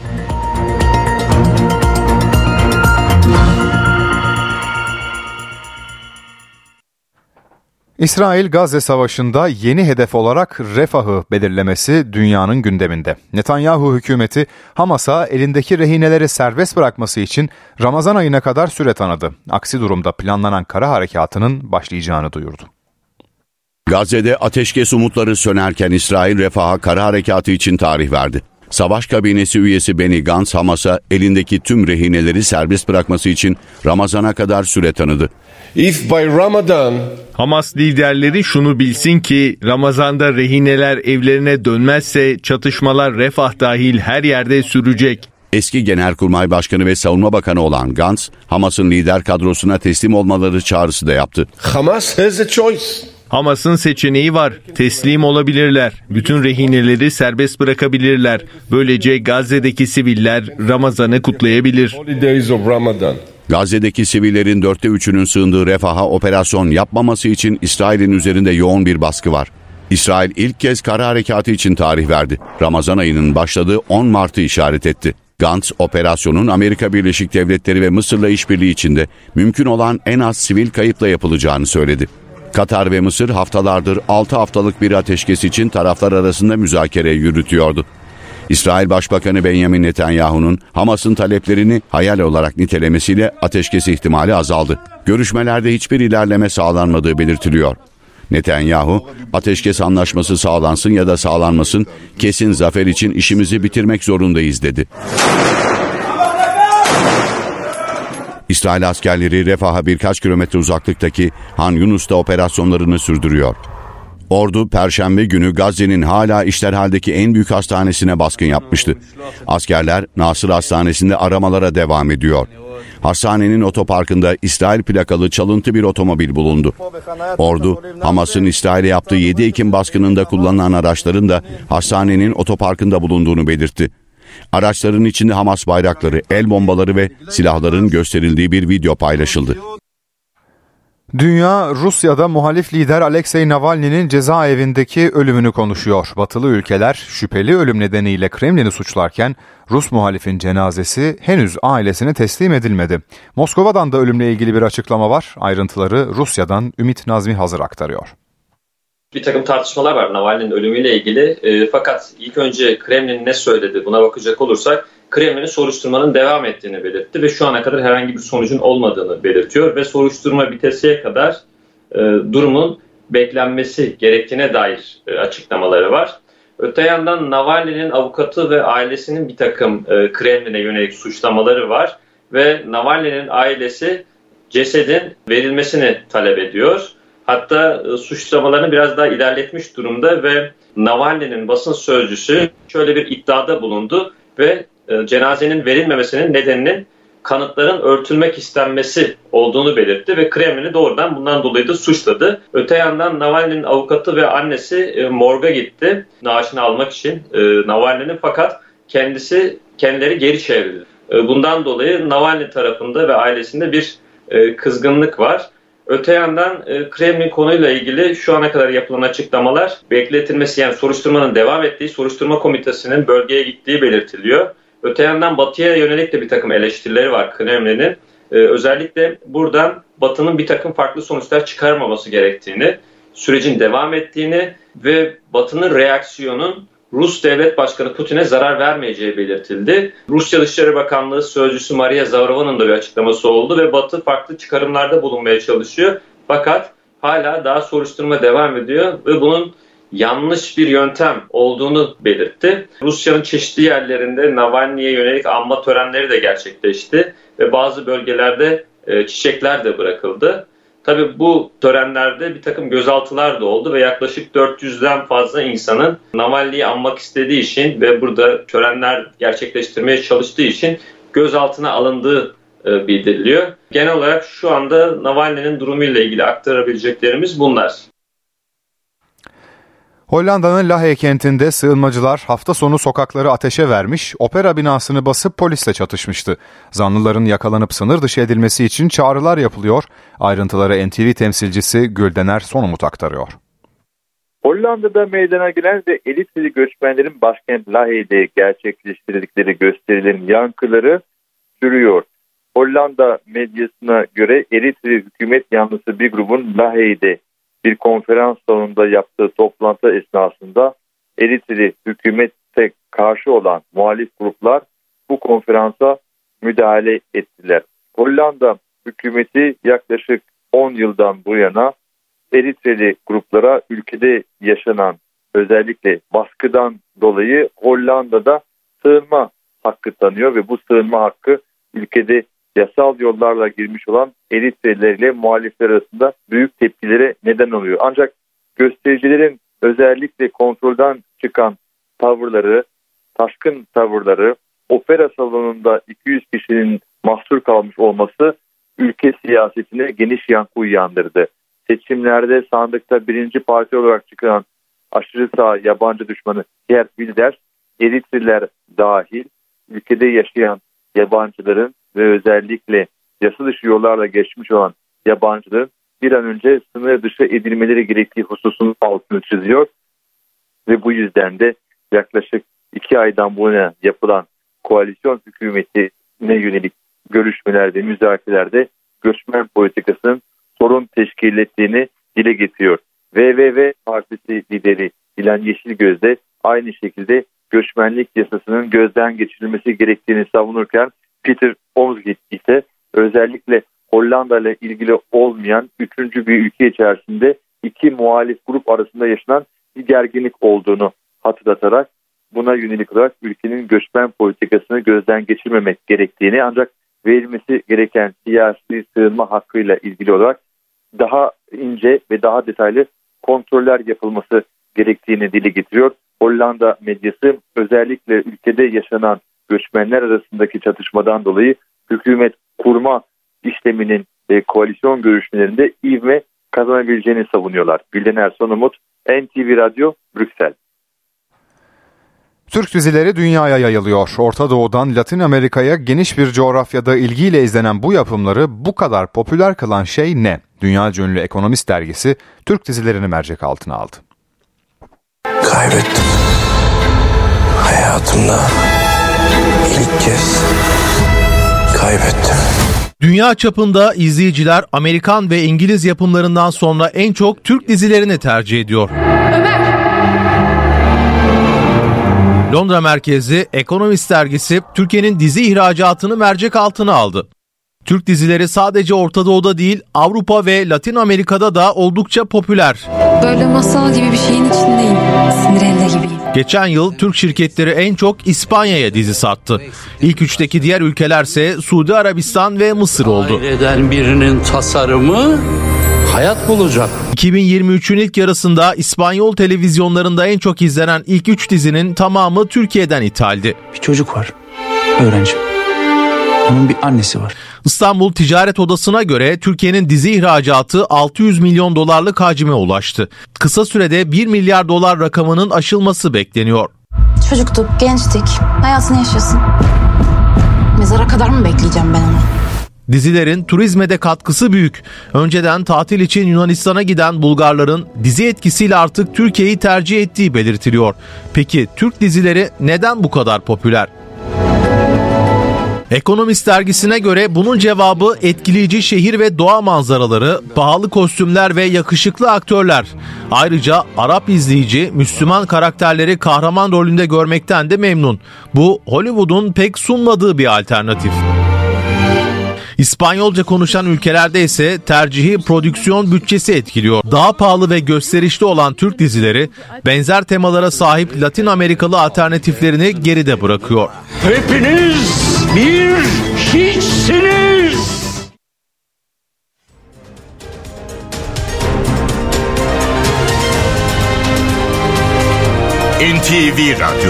İsrail-Gazze Savaşı'nda yeni hedef olarak Refah'ı belirlemesi dünyanın gündeminde. Netanyahu hükümeti Hamas'a elindeki rehineleri serbest bırakması için Ramazan ayına kadar süre tanıdı. Aksi durumda planlanan kara harekatının başlayacağını duyurdu. Gazze'de ateşkes umutları sönerken İsrail Refah'a kara harekatı için tarih verdi. Savaş kabinesi üyesi Benny Gantz, Hamas'a elindeki tüm rehineleri serbest bırakması için Ramazan'a kadar süre tanıdı. If by Ramadan, Hamas liderleri şunu bilsin ki Ramazan'da rehineler evlerine dönmezse çatışmalar Refah dahil her yerde sürecek. Eski Genelkurmay Başkanı ve Savunma Bakanı olan Gantz, Hamas'ın lider kadrosuna teslim olmaları çağrısı da yaptı. Hamas has a choice. Hamas'ın seçeneği var. Teslim olabilirler. Bütün rehineleri serbest bırakabilirler. Böylece Gazze'deki siviller Ramazan'ı kutlayabilir. Gazze'deki sivillerin dörtte üçünün sığındığı Refah'a operasyon yapmaması için İsrail'in üzerinde yoğun bir baskı var. İsrail ilk kez kara harekatı için tarih verdi. Ramazan ayının başladığı on Mart'ı işaret etti. Gantz, operasyonun Amerika Birleşik Devletleri ve Mısır'la işbirliği içinde mümkün olan en az sivil kayıpla yapılacağını söyledi. Katar ve Mısır haftalardır altı haftalık bir ateşkes için taraflar arasında müzakere yürütüyordu. İsrail Başbakanı Benjamin Netanyahu'nun Hamas'ın taleplerini hayal olarak nitelemesiyle ateşkes ihtimali azaldı. Görüşmelerde hiçbir ilerleme sağlanmadığı belirtiliyor. Netanyahu, ateşkes anlaşması sağlansın ya da sağlanmasın, kesin zafer için işimizi bitirmek zorundayız dedi. İsrail askerleri Refah'a birkaç kilometre uzaklıktaki Han Yunus'ta operasyonlarını sürdürüyor. Ordu Perşembe günü Gazze'nin hala işler haldeki en büyük hastanesine baskın yapmıştı. Askerler Nasır Hastanesi'nde aramalara devam ediyor. Hastanenin otoparkında İsrail plakalı çalıntı bir otomobil bulundu. Ordu, Hamas'ın İsrail'e yaptığı yedi Ekim baskınında kullanılan araçların da hastanenin otoparkında bulunduğunu belirtti. Araçların içinde Hamas bayrakları, el bombaları ve silahların gösterildiği bir video paylaşıldı. Dünya, Rusya'da muhalif lider Alexei Navalny'nin cezaevindeki ölümünü konuşuyor. Batılı ülkeler şüpheli ölüm nedeniyle Kremlin'i suçlarken Rus muhalifin cenazesi henüz ailesine teslim edilmedi. Moskova'dan da ölümle ilgili bir açıklama var. Ayrıntıları Rusya'dan Ümit Nazmi Hazır aktarıyor. Bir takım tartışmalar var Navalny'nin ölümüyle ilgili. E, fakat ilk önce Kremlin ne söyledi buna bakacak olursak Kremlin'in soruşturmanın devam ettiğini belirtti ve şu ana kadar herhangi bir sonucun olmadığını belirtiyor ve soruşturma bitesiye kadar e, durumun beklenmesi gerektiğine dair e, açıklamaları var. Öte yandan Navalny'nin avukatı ve ailesinin bir takım e, Kremlin'e yönelik suçlamaları var ve Navalny'nin ailesi cesedin verilmesini talep ediyor. Hatta e, suçlamalarını biraz daha ilerletmiş durumda ve Navalny'nin basın sözcüsü şöyle bir iddiada bulundu ve e, cenazenin verilmemesinin nedeninin kanıtların örtülmek istenmesi olduğunu belirtti ve Kremlin'i doğrudan bundan dolayı da suçladı. Öte yandan Navalny'nin avukatı ve annesi e, morga gitti naaşını almak için e, Navalny'nin, fakat kendisi kendileri geri çevrildi. E, bundan dolayı Navalny tarafında ve ailesinde bir e, kızgınlık var. Öte yandan e, Kremlin konuyla ilgili şu ana kadar yapılan açıklamalar bekletilmesi, yani soruşturmanın devam ettiği, soruşturma komitesinin bölgeye gittiği belirtiliyor. Öte yandan Batı'ya yönelik de bir takım eleştirileri var Kremlin'in. Ee, özellikle buradan Batı'nın bir takım farklı sonuçlar çıkarmaması gerektiğini, sürecin devam ettiğini ve Batı'nın reaksiyonun Rus Devlet Başkanı Putin'e zarar vermeyeceği belirtildi. Rusya Dışişleri Bakanlığı Sözcüsü Maria Zavrova'nın da bir açıklaması oldu ve Batı farklı çıkarımlarda bulunmaya çalışıyor. Fakat hala daha soruşturma devam ediyor ve bunun yanlış bir yöntem olduğunu belirtti. Rusya'nın çeşitli yerlerinde Navalny'ye yönelik anma törenleri de gerçekleşti ve bazı bölgelerde e, çiçekler de bırakıldı. Tabii bu törenlerde bir takım gözaltılar da oldu ve yaklaşık dört yüzden fazla insanın Navalny'yi anmak istediği için ve burada törenler gerçekleştirmeye çalıştığı için gözaltına alındığı e, bildiriliyor. Genel olarak şu anda Navalny'nin durumuyla ilgili aktarabileceklerimiz bunlar. Hollanda'nın Lahey kentinde sığınmacılar hafta sonu sokakları ateşe vermiş, opera binasını basıp polisle çatışmıştı. Zanlıların yakalanıp sınır dışı edilmesi için çağrılar yapılıyor. Ayrıntıları N T V temsilcisi Güldener Sonumut aktarıyor. Hollanda'da meydana gelen ve Eritreli göçmenlerin başkent Lahey'de gerçekleştirdikleri gösterilerin yankıları sürüyor. Hollanda medyasına göre Eritreli hükümet yanlısı bir grubun Lahey'de bir konferans salonunda yaptığı toplantı esnasında Eritreli hükümete karşı olan muhalif gruplar bu konferansa müdahale ettiler. Hollanda hükümeti yaklaşık on yıldan bu yana Eritreli gruplara ülkede yaşanan özellikle baskıdan dolayı Hollanda'da sığınma hakkı tanıyor ve bu sığınma hakkı ülkede yasal yollarla girmiş olan Eritreliler ile muhalifler arasında büyük tepkilere neden oluyor. Ancak göstericilerin özellikle kontrolden çıkan tavırları, taşkın tavırları, opera salonunda iki yüz kişinin mahsur kalmış olması ülke siyasetine geniş yankı uyandırdı. Seçimlerde sandıkta birinci parti olarak çıkan aşırı sağ yabancı düşmanı Geert Wilders, Eritreliler dahil ülkede yaşayan yabancıların ve özellikle yasa dışı yollarla geçmiş olan yabancıların bir an önce sınır dışı edilmeleri gerektiği hususunun altını çiziyor. Ve bu yüzden de yaklaşık iki aydan bu yana yapılan koalisyon hükümetine yönelik görüşmelerde, müzakerelerde göçmen politikasının sorun teşkil ettiğini dile getiriyor. V V V Partisi lideri İlhan Yeşilgöz de aynı şekilde göçmenlik yasasının gözden geçirilmesi gerektiğini savunurken Peter Omtzigt ise özellikle Hollanda ile ilgili olmayan üçüncü bir ülke içerisinde iki muhalif grup arasında yaşanan bir gerginlik olduğunu hatırlatarak buna yönelik olarak ülkenin göçmen politikasını gözden geçirmemek gerektiğini ancak verilmesi gereken siyasi sığınma hakkıyla ilgili olarak daha ince ve daha detaylı kontroller yapılması gerektiğini dile getiriyor. Hollanda medyası özellikle ülkede yaşanan göçmenler arasındaki çatışmadan dolayı hükümet kurma işleminin e, koalisyon görüşmelerinde ivme kazanabileceğini savunuyorlar. Güldener Sonumut, N T V Radyo, Brüksel. Türk dizileri dünyaya yayılıyor. Orta Doğu'dan Latin Amerika'ya geniş bir coğrafyada ilgiyle izlenen bu yapımları bu kadar popüler kılan şey ne? Dünyaca ünlü Ekonomist dergisi Türk dizilerini mercek altına aldı. Kaybettim. Hayatımda ilk kez kaybettim. Dünya çapında izleyiciler Amerikan ve İngiliz yapımlarından sonra en çok Türk dizilerini tercih ediyor. Ömer! Londra merkezli Ekonomist dergisi Türkiye'nin dizi ihracatını mercek altına aldı. Türk dizileri sadece Orta Doğu'da değil, Avrupa ve Latin Amerika'da da oldukça popüler. Böyle masal gibi bir şeyin içindeyim. Cinderella gibiyim. Geçen yıl Türk şirketleri en çok İspanya'ya dizi sattı. İlk üçteki diğer ülkelerse Suudi Arabistan ve Mısır oldu. Aileden birinin tasarımı hayat bulacak. iki bin yirmi üçün ilk yarısında İspanyol televizyonlarında en çok izlenen ilk üç dizinin tamamı Türkiye'den ithaldi. Bir çocuk var, öğrenci. Onun bir annesi var. İstanbul Ticaret Odası'na göre Türkiye'nin dizi ihracatı altı yüz milyon dolarlık hacme ulaştı. Kısa sürede bir milyar dolar rakamının aşılması bekleniyor. Çocuktuk, gençtik. Hayatını yaşasın. Mezara kadar mı bekleyeceğim ben onu? Dizilerin turizme de katkısı büyük. Önceden tatil için Yunanistan'a giden Bulgarların dizi etkisiyle artık Türkiye'yi tercih ettiği belirtiliyor. Peki Türk dizileri neden bu kadar popüler? Ekonomist dergisine göre bunun cevabı etkileyici şehir ve doğa manzaraları, pahalı kostümler ve yakışıklı aktörler. Ayrıca Arap izleyici Müslüman karakterleri kahraman rolünde görmekten de memnun. Bu Hollywood'un pek sunmadığı bir alternatif. İspanyolca konuşan ülkelerde ise tercihi prodüksiyon bütçesi etkiliyor. Daha pahalı ve gösterişli olan Türk dizileri benzer temalara sahip Latin Amerikalı alternatiflerini geride bırakıyor. Hepiniz bir hiçsiniz. N T V Radyo.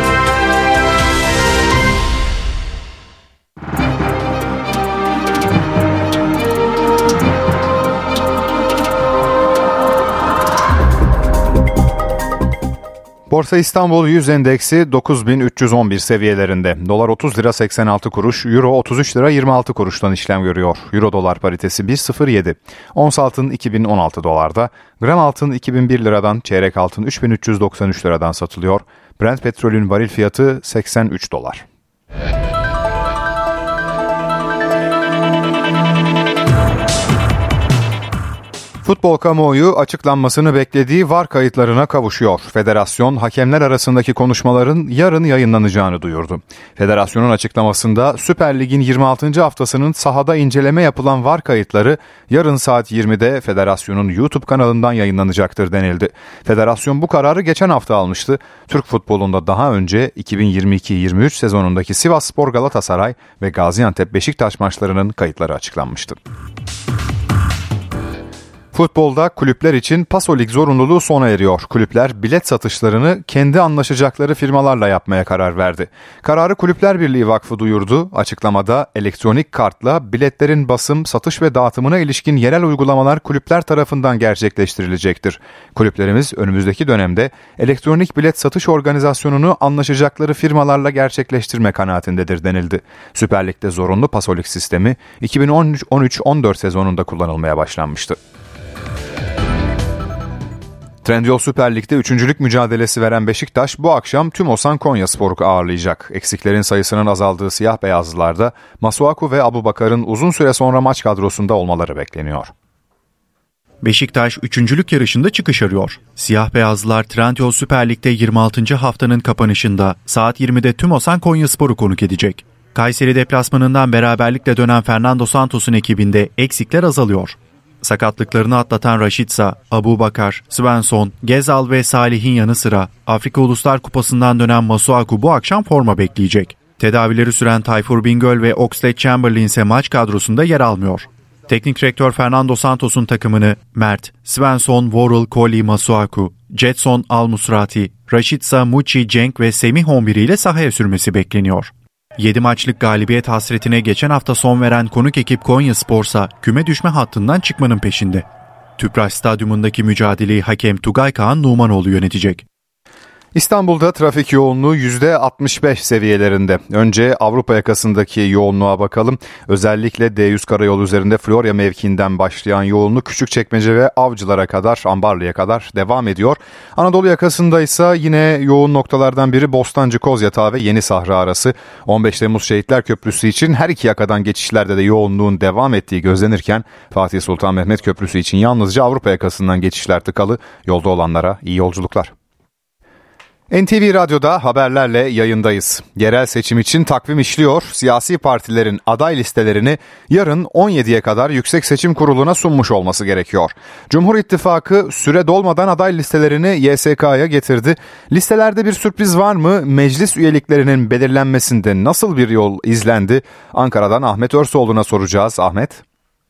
Borsa İstanbul yüz endeksi dokuz bin üç yüz on bir seviyelerinde. Dolar otuz lira seksen altı kuruş, Euro otuz üç lira yirmi altı kuruştan işlem görüyor. Euro dolar paritesi bir virgül sıfır yedi. Ons altın iki bin on altı dolarda, gram altın iki bin bir liradan, çeyrek altın üç bin üç yüz doksan üç liradan satılıyor. Brent petrolün varil fiyatı seksen üç dolar. Futbol kamuoyu açıklanmasını beklediği V A R kayıtlarına kavuşuyor. Federasyon, hakemler arasındaki konuşmaların yarın yayınlanacağını duyurdu. Federasyonun açıklamasında Süper Lig'in yirmi altıncı haftasının sahada inceleme yapılan V A R kayıtları yarın saat yirmide Federasyon'un YouTube kanalından yayınlanacaktır denildi. Federasyon bu kararı geçen hafta almıştı. Türk futbolunda daha önce iki bin yirmi iki yirmi üç sezonundaki Sivasspor Galatasaray ve Gaziantep Beşiktaş maçlarının kayıtları açıklanmıştı. Futbolda kulüpler için Pasolik zorunluluğu sona eriyor. Kulüpler bilet satışlarını kendi anlaşacakları firmalarla yapmaya karar verdi. Kararı Kulüpler Birliği Vakfı duyurdu. Açıklamada elektronik kartla biletlerin basım, satış ve dağıtımına ilişkin yerel uygulamalar kulüpler tarafından gerçekleştirilecektir. Kulüplerimiz önümüzdeki dönemde elektronik bilet satış organizasyonunu anlaşacakları firmalarla gerçekleştirme kanaatindedir denildi. Süper Lig'de zorunlu Pasolik sistemi iki bin on üç on dört sezonunda kullanılmaya başlanmıştı. Trendyol Süper Lig'de üçüncülük mücadelesi veren Beşiktaş bu akşam TÜMOSAN Konyaspor'u ağırlayacak. Eksiklerin sayısının azaldığı siyah beyazlılarda Masuaku ve Abubakar'ın uzun süre sonra maç kadrosunda olmaları bekleniyor. Beşiktaş üçüncülük yarışında çıkış arıyor. Siyah beyazlılar Trendyol Süper Lig'de yirmi altıncı haftanın kapanışında saat yirmide TÜMOSAN Konyaspor'u konuk edecek. Kayseri deplasmanından beraberlikle dönen Fernando Santos'un ekibinde eksikler azalıyor. Sakatlıklarını atlatan Rashica, Abubakar, Svensson, Gezal ve Salih'in yanı sıra Afrika Uluslar Kupası'ndan dönen Masuaku bu akşam forma bekleyecek. Tedavileri süren Tayfur Bingöl ve Oxlade-Chamberlain ise maç kadrosunda yer almıyor. Teknik direktör Fernando Santos'un takımını Mert, Svensson, Worrell, Coley, Masuaku, Jetson, Al-Musrati, Rashica, Muçi, Cenk ve Semih on bir ile sahaya sürmesi bekleniyor. yedi maçlık galibiyet hasretine geçen hafta son veren konuk ekip Konyaspor'sa küme düşme hattından çıkmanın peşinde. Tüpraş Stadyumundaki mücadeleyi hakem Tugay Kağan Numanoğlu yönetecek. İstanbul'da trafik yoğunluğu yüzde altmış beş seviyelerinde. Önce Avrupa yakasındaki yoğunluğa bakalım. Özellikle D yüz karayolu üzerinde Florya mevkiinden başlayan yoğunluk Küçükçekmece ve Avcılar'a kadar, Ambarlı'ya kadar devam ediyor. Anadolu yakasında ise yine yoğun noktalardan biri Bostancı Kozyatağı ve Yeni Sahra arası. on beş Temmuz Şehitler Köprüsü için her iki yakadan geçişlerde de yoğunluğun devam ettiği gözlenirken Fatih Sultan Mehmet Köprüsü için yalnızca Avrupa yakasından geçişler tıkalı. Yolda olanlara iyi yolculuklar. N T V Radyo'da haberlerle yayındayız. Yerel seçim için takvim işliyor. Siyasi partilerin aday listelerini yarın on yediye kadar Yüksek Seçim Kurulu'na sunmuş olması gerekiyor. Cumhur İttifakı süre dolmadan aday listelerini Y S K'ya getirdi. Listelerde bir sürpriz var mı? Meclis üyeliklerinin belirlenmesinde nasıl bir yol izlendi? Ankara'dan Ahmet Örsoğlu'na soracağız. Ahmet.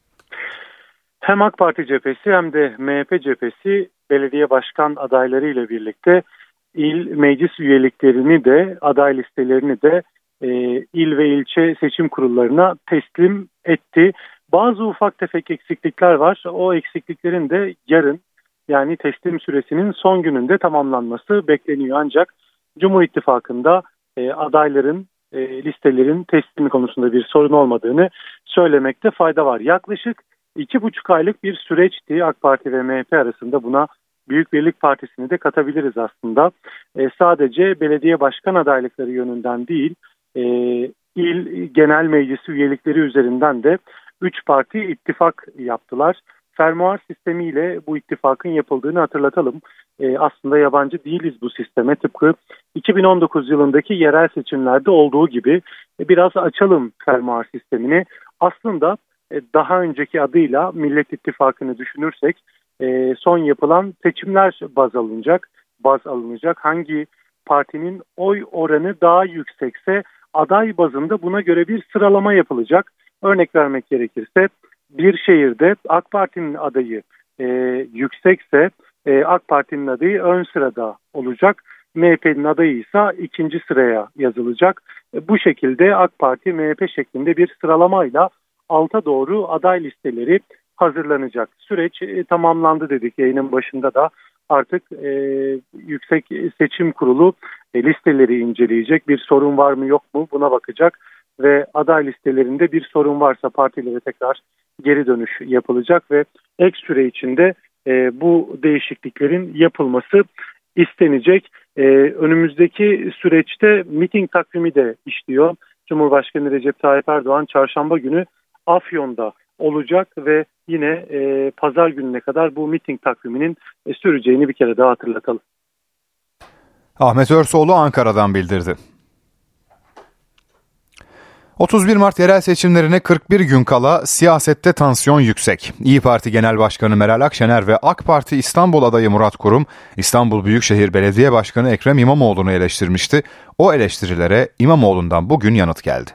Hem AK Parti cephesi hem de M H P cephesi belediye başkan adayları ile birlikte İl meclis üyeliklerini de aday listelerini de e, il ve ilçe seçim kurullarına teslim etti. Bazı ufak tefek eksiklikler var. O eksikliklerin de yarın yani teslim süresinin son gününde tamamlanması bekleniyor. Ancak Cumhur İttifakı'nda e, adayların e, listelerin teslimi konusunda bir sorun olmadığını söylemekte fayda var. Yaklaşık iki buçuk aylık bir süreçti AK Parti ve M H P arasında. Buna Büyük Birlik Partisi'ni de katabiliriz aslında. E, sadece belediye başkan adaylıkları yönünden değil, e, il genel meclisi üyelikleri üzerinden de üç parti ittifak yaptılar. Fermuar sistemiyle bu ittifakın yapıldığını hatırlatalım. e, aslında yabancı değiliz bu sisteme. Tıpkı iki bin on dokuz yılındaki yerel seçimlerde olduğu gibi e, biraz açalım fermuar sistemini. Aslında e, daha önceki adıyla Millet İttifakı'nı düşünürsek e, son yapılan seçimler baz alınacak. Baz alınacak. Hangi partinin oy oranı daha yüksekse aday bazında buna göre bir sıralama yapılacak. Örnek vermek gerekirse bir şehirde AK Parti'nin adayı e, yüksekse e, AK Parti'nin adayı ön sırada olacak. M H P'nin adayı ise ikinci sıraya yazılacak. E, bu şekilde AK Parti M H P şeklinde bir sıralamayla alta doğru aday listeleri hazırlanacak. Süreç e, tamamlandı dedik yayının başında da. Artık e, Yüksek Seçim Kurulu e, listeleri inceleyecek. Bir sorun var mı yok mu buna bakacak ve aday listelerinde bir sorun varsa partilere tekrar geri dönüş yapılacak ve ek süre içinde e, bu değişikliklerin yapılması istenecek. E, önümüzdeki süreçte miting takvimi de işliyor. Cumhurbaşkanı Recep Tayyip Erdoğan çarşamba günü Afyon'da olacak ve yine e, pazar gününe kadar bu miting takviminin e, süreceğini bir kere daha hatırlatalım. Ahmet Örsoğlu Ankara'dan bildirdi. otuz bir Mart yerel seçimlerine kırk bir gün kala siyasette tansiyon yüksek. İYİ Parti Genel Başkanı Meral Akşener ve AK Parti İstanbul adayı Murat Kurum, İstanbul Büyükşehir Belediye Başkanı Ekrem İmamoğlu'nu eleştirmişti. O eleştirilere İmamoğlu'ndan bugün yanıt geldi.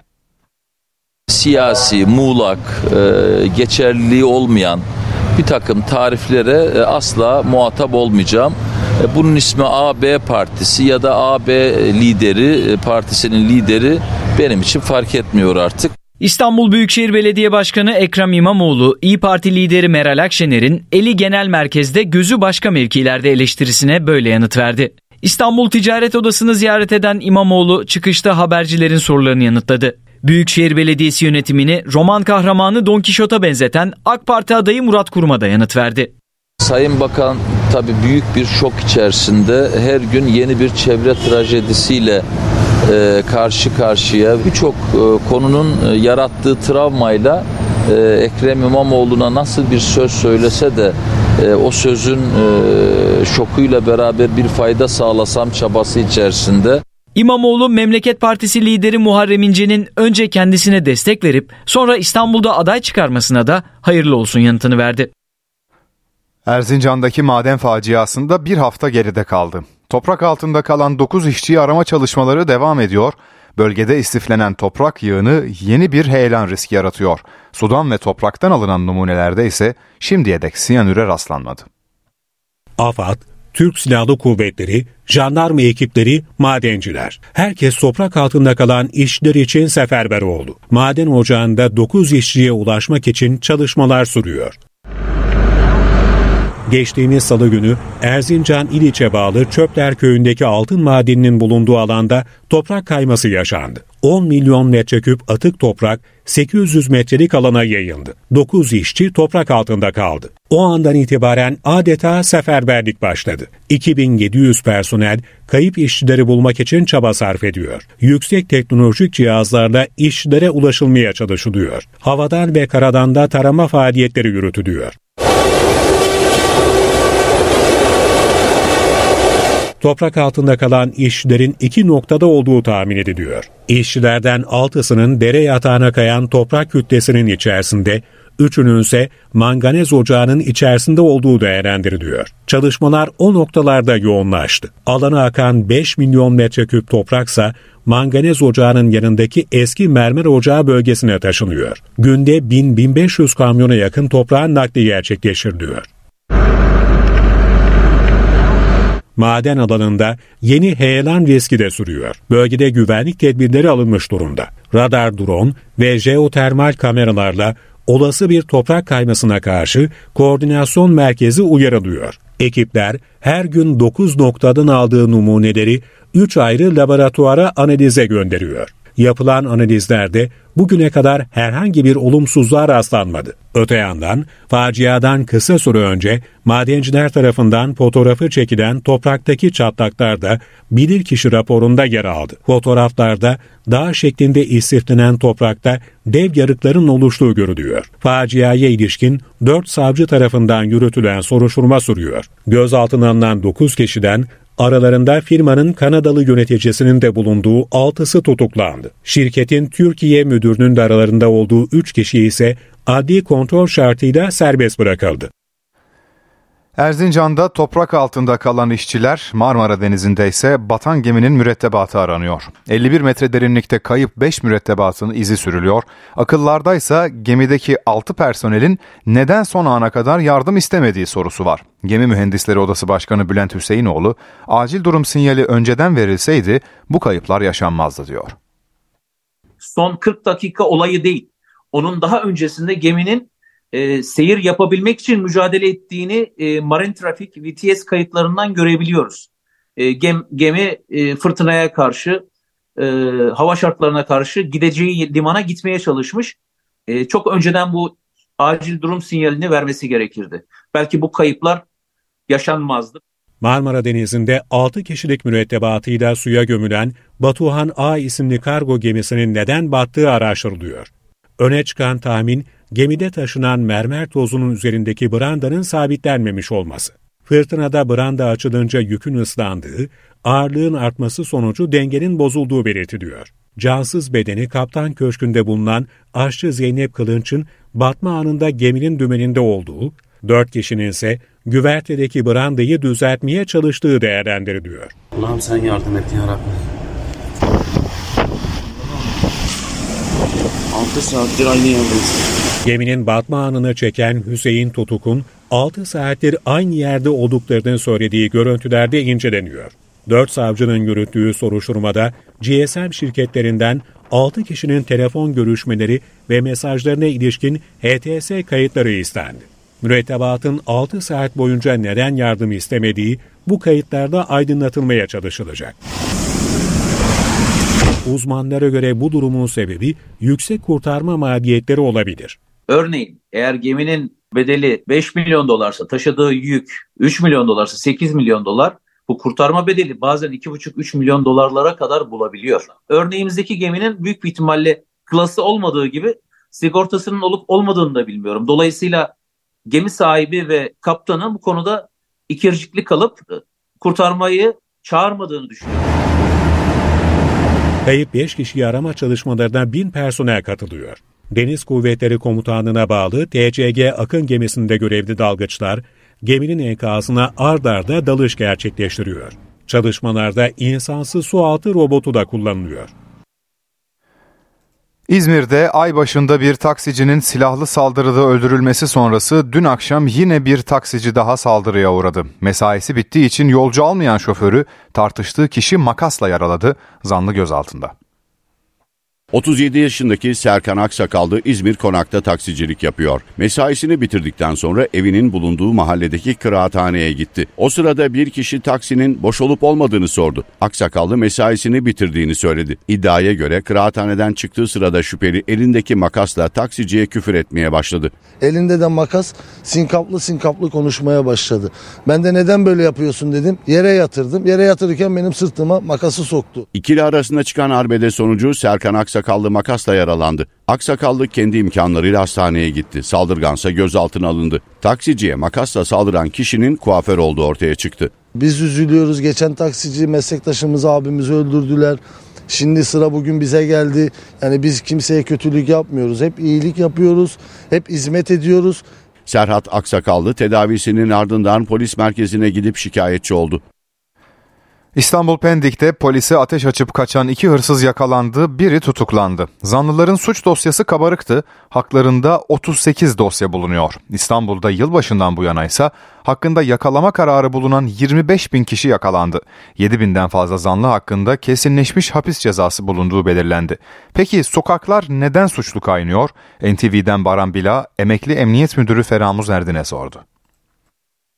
Siyasi, muğlak, geçerliliği olmayan bir takım tariflere asla muhatap olmayacağım. Bunun ismi A B partisi ya da A B lideri, partisinin lideri benim için fark etmiyor artık. İstanbul Büyükşehir Belediye Başkanı Ekrem İmamoğlu, İYİ Parti lideri Meral Akşener'in eli genel merkezde gözü başka mevkilerde eleştirisine böyle yanıt verdi. İstanbul Ticaret Odası'nı ziyaret eden İmamoğlu çıkışta habercilerin sorularını yanıtladı. Büyükşehir Belediyesi yönetimini roman kahramanı Don Kişot'a benzeten AK Parti adayı Murat Kurum'a da yanıt verdi. Sayın Bakan tabii büyük bir şok içerisinde, her gün yeni bir çevre trajedisiyle e, karşı karşıya. Birçok e, konunun e, yarattığı travmayla e, Ekrem İmamoğlu'na nasıl bir söz söylese de e, o sözün e, şokuyla beraber bir fayda sağlasam çabası içerisinde. İmamoğlu, Memleket Partisi lideri Muharrem İnce'nin önce kendisine destek verip sonra İstanbul'da aday çıkarmasına da hayırlı olsun yanıtını verdi. Erzincan'daki maden faciasında bir hafta geride kaldı. Toprak altında kalan dokuz işçiyi arama çalışmaları devam ediyor. Bölgede istiflenen toprak yığını yeni bir heyelan riski yaratıyor. Sudan ve topraktan alınan numunelerde ise şimdiye dek siyanüre rastlanmadı. AFAD, Türk Silahlı Kuvvetleri, jandarma ekipleri, madenciler. Herkes toprak altında kalan işçiler için seferber oldu. Maden ocağında dokuz işçiye ulaşmak için çalışmalar sürüyor. Geçtiğimiz salı günü Erzincan İliç'e bağlı Çöpler Köyü'ndeki altın madeninin bulunduğu alanda toprak kayması yaşandı. on milyon metreküp atık toprak sekiz yüz metrelik alana yayıldı. dokuz işçi toprak altında kaldı. O andan itibaren adeta seferberlik başladı. iki bin yedi yüz personel kayıp işçileri bulmak için çaba sarf ediyor. Yüksek teknolojik cihazlarla işçilere ulaşılmaya çalışılıyor. Havadan ve karadan da tarama faaliyetleri yürütülüyor. Toprak altında kalan işçilerin iki noktada olduğu tahmin ediliyor. İşçilerden altısının dere yatağına kayan toprak kütlesinin içerisinde, üçünün ise manganez ocağının içerisinde olduğu değerlendiriliyor. Çalışmalar o noktalarda yoğunlaştı. Alana akan beş milyon metreküp topraksa manganez ocağının yanındaki eski mermer ocağı bölgesine taşınıyor. Günde bin bin beş yüz kamyona yakın toprağın nakli gerçekleştiriliyor. Maden alanında yeni heyelan riski de sürüyor. Bölgede güvenlik tedbirleri alınmış durumda. Radar, drone ve jeotermal kameralarla olası bir toprak kaymasına karşı koordinasyon merkezi uyarılıyor. Ekipler her gün dokuz noktadan aldığı numuneleri üç ayrı laboratuvara analize gönderiyor. Yapılan analizlerde bugüne kadar herhangi bir olumsuzluğa rastlanmadı. Öte yandan faciadan kısa süre önce madenciler tarafından fotoğrafı çekilen topraktaki çatlaklar da bilirkişi raporunda yer aldı. Fotoğraflarda dağ şeklinde istiflenen toprakta dev yarıkların oluştuğu görülüyor. Faciaya ilişkin dört savcı tarafından yürütülen soruşturma sürüyor. Gözaltına alınan dokuz kişiden aralarında firmanın Kanadalı yöneticisinin de bulunduğu altısı tutuklandı. Şirketin Türkiye müdürünün de aralarında olduğu üç kişi ise adli kontrol şartıyla serbest bırakıldı. Erzincan'da toprak altında kalan işçiler, Marmara Denizi'nde ise batan geminin mürettebatı aranıyor. elli bir metre derinlikte kayıp beş mürettebatın izi sürülüyor. Akıllardaysa gemideki altı personelin neden son ana kadar yardım istemediği sorusu var. Gemi Mühendisleri Odası Başkanı Bülent Hüseyinoğlu, acil durum sinyali önceden verilseydi bu kayıplar yaşanmazdı diyor. Son kırk dakika olayı değil, onun daha öncesinde geminin E, seyir yapabilmek için mücadele ettiğini e, Marine Traffic V T S kayıtlarından görebiliyoruz. E, gem, gemi e, fırtınaya karşı, e, hava şartlarına karşı gideceği limana gitmeye çalışmış. E, çok önceden bu acil durum sinyalini vermesi gerekirdi. Belki bu kayıplar yaşanmazdı. Marmara Denizi'nde altı kişilik mürettebatıyla suya gömülen Batuhan A isimli kargo gemisinin neden battığı araştırılıyor. Öne çıkan tahmin, gemide taşınan mermer tozunun üzerindeki brandanın sabitlenmemiş olması. Fırtınada branda açılınca yükün ıslandığı, ağırlığın artması sonucu dengenin bozulduğu belirtiliyor. Cansız bedeni kaptan köşkünde bulunan aşçı Zeynep Kılınç'ın batma anında geminin dümeninde olduğu, dört kişinin ise güvertedeki brandayı düzeltmeye çalıştığı değerlendiriliyor. Allah'ım sen yardım et ya Rabbi. altı saattir aynı yerdeyiz. Geminin batma anını çeken Hüseyin Tutuk'un altı saattir aynı yerde olduklarını söylediği görüntülerde inceleniyor. dört savcının yürüttüğü soruşturmada G S M şirketlerinden altı kişinin telefon görüşmeleri ve mesajlarına ilişkin H T S kayıtları istendi. Mürettebatın altı saat boyunca neden yardım istemediği bu kayıtlarda aydınlatılmaya çalışılacak. Uzmanlara göre bu durumun sebebi yüksek kurtarma maliyetleri olabilir. Örneğin eğer geminin bedeli beş milyon dolarsa, taşıdığı yük üç milyon dolarsa, sekiz milyon dolar, bu kurtarma bedeli bazen iki buçuk üç milyon dolarlara kadar bulabiliyor. Örneğimizdeki geminin büyük bir ihtimalle klası olmadığı gibi sigortasının olup olmadığını da bilmiyorum. Dolayısıyla gemi sahibi ve kaptanın bu konuda ikircikli kalıp kurtarmayı çağırmadığını düşünüyorum. Kayıp beş kişiyi arama çalışmalarına bin personel katılıyor. Deniz Kuvvetleri Komutanlığı'na bağlı T C G Akın gemisinde görevli dalgıçlar geminin enkazına ard arda dalış gerçekleştiriyor. Çalışmalarda insansız sualtı robotu da kullanılıyor. İzmir'de ay başında bir taksicinin silahlı saldırıda öldürülmesi sonrası dün akşam yine bir taksici daha saldırıya uğradı. Mesaisi bittiği için yolcu almayan şoförü tartıştığı kişi makasla yaraladı, zanlı gözaltında. otuz yedi yaşındaki Serkan Aksakallı İzmir Konak'ta taksicilik yapıyor. Mesaisini bitirdikten sonra evinin bulunduğu mahalledeki kıraathaneye gitti. O sırada bir kişi taksinin boş olup olmadığını sordu. Aksakallı mesaisini bitirdiğini söyledi. İddiaya göre kıraathaneden çıktığı sırada şüpheli elindeki makasla taksiciye küfür etmeye başladı. Elinde de makas, sinkaplı sinkaplı konuşmaya başladı. Ben de neden böyle yapıyorsun dedim. Yere yatırdım. Yere yatırırken benim sırtıma makası soktu. İkili arasında çıkan arbede sonucu Serkan Aksakallı Aksakallı makasla yaralandı. Aksakallı kendi imkanlarıyla hastaneye gitti. Saldırgansa gözaltına alındı. Taksiciye makasla saldıran kişinin kuaför olduğu ortaya çıktı. Biz üzülüyoruz. Geçen taksici meslektaşımızı, abimizi öldürdüler. Şimdi sıra bugün bize geldi. Yani biz kimseye kötülük yapmıyoruz. Hep iyilik yapıyoruz. Hep hizmet ediyoruz. Serhat Aksakallı tedavisinin ardından polis merkezine gidip şikayetçi oldu. İstanbul Pendik'te polise ateş açıp kaçan iki hırsız yakalandı, biri tutuklandı. Zanlıların suç dosyası kabarıktı, haklarında otuz sekiz dosya bulunuyor. İstanbul'da yılbaşından bu yana ise hakkında yakalama kararı bulunan yirmi beş bin kişi yakalandı. yedi binden fazla zanlı hakkında kesinleşmiş hapis cezası bulunduğu belirlendi. Peki sokaklar neden suçlu kaynıyor? N T V'den Baran Bila, emekli emniyet müdürü Feramuz Erdin'e sordu.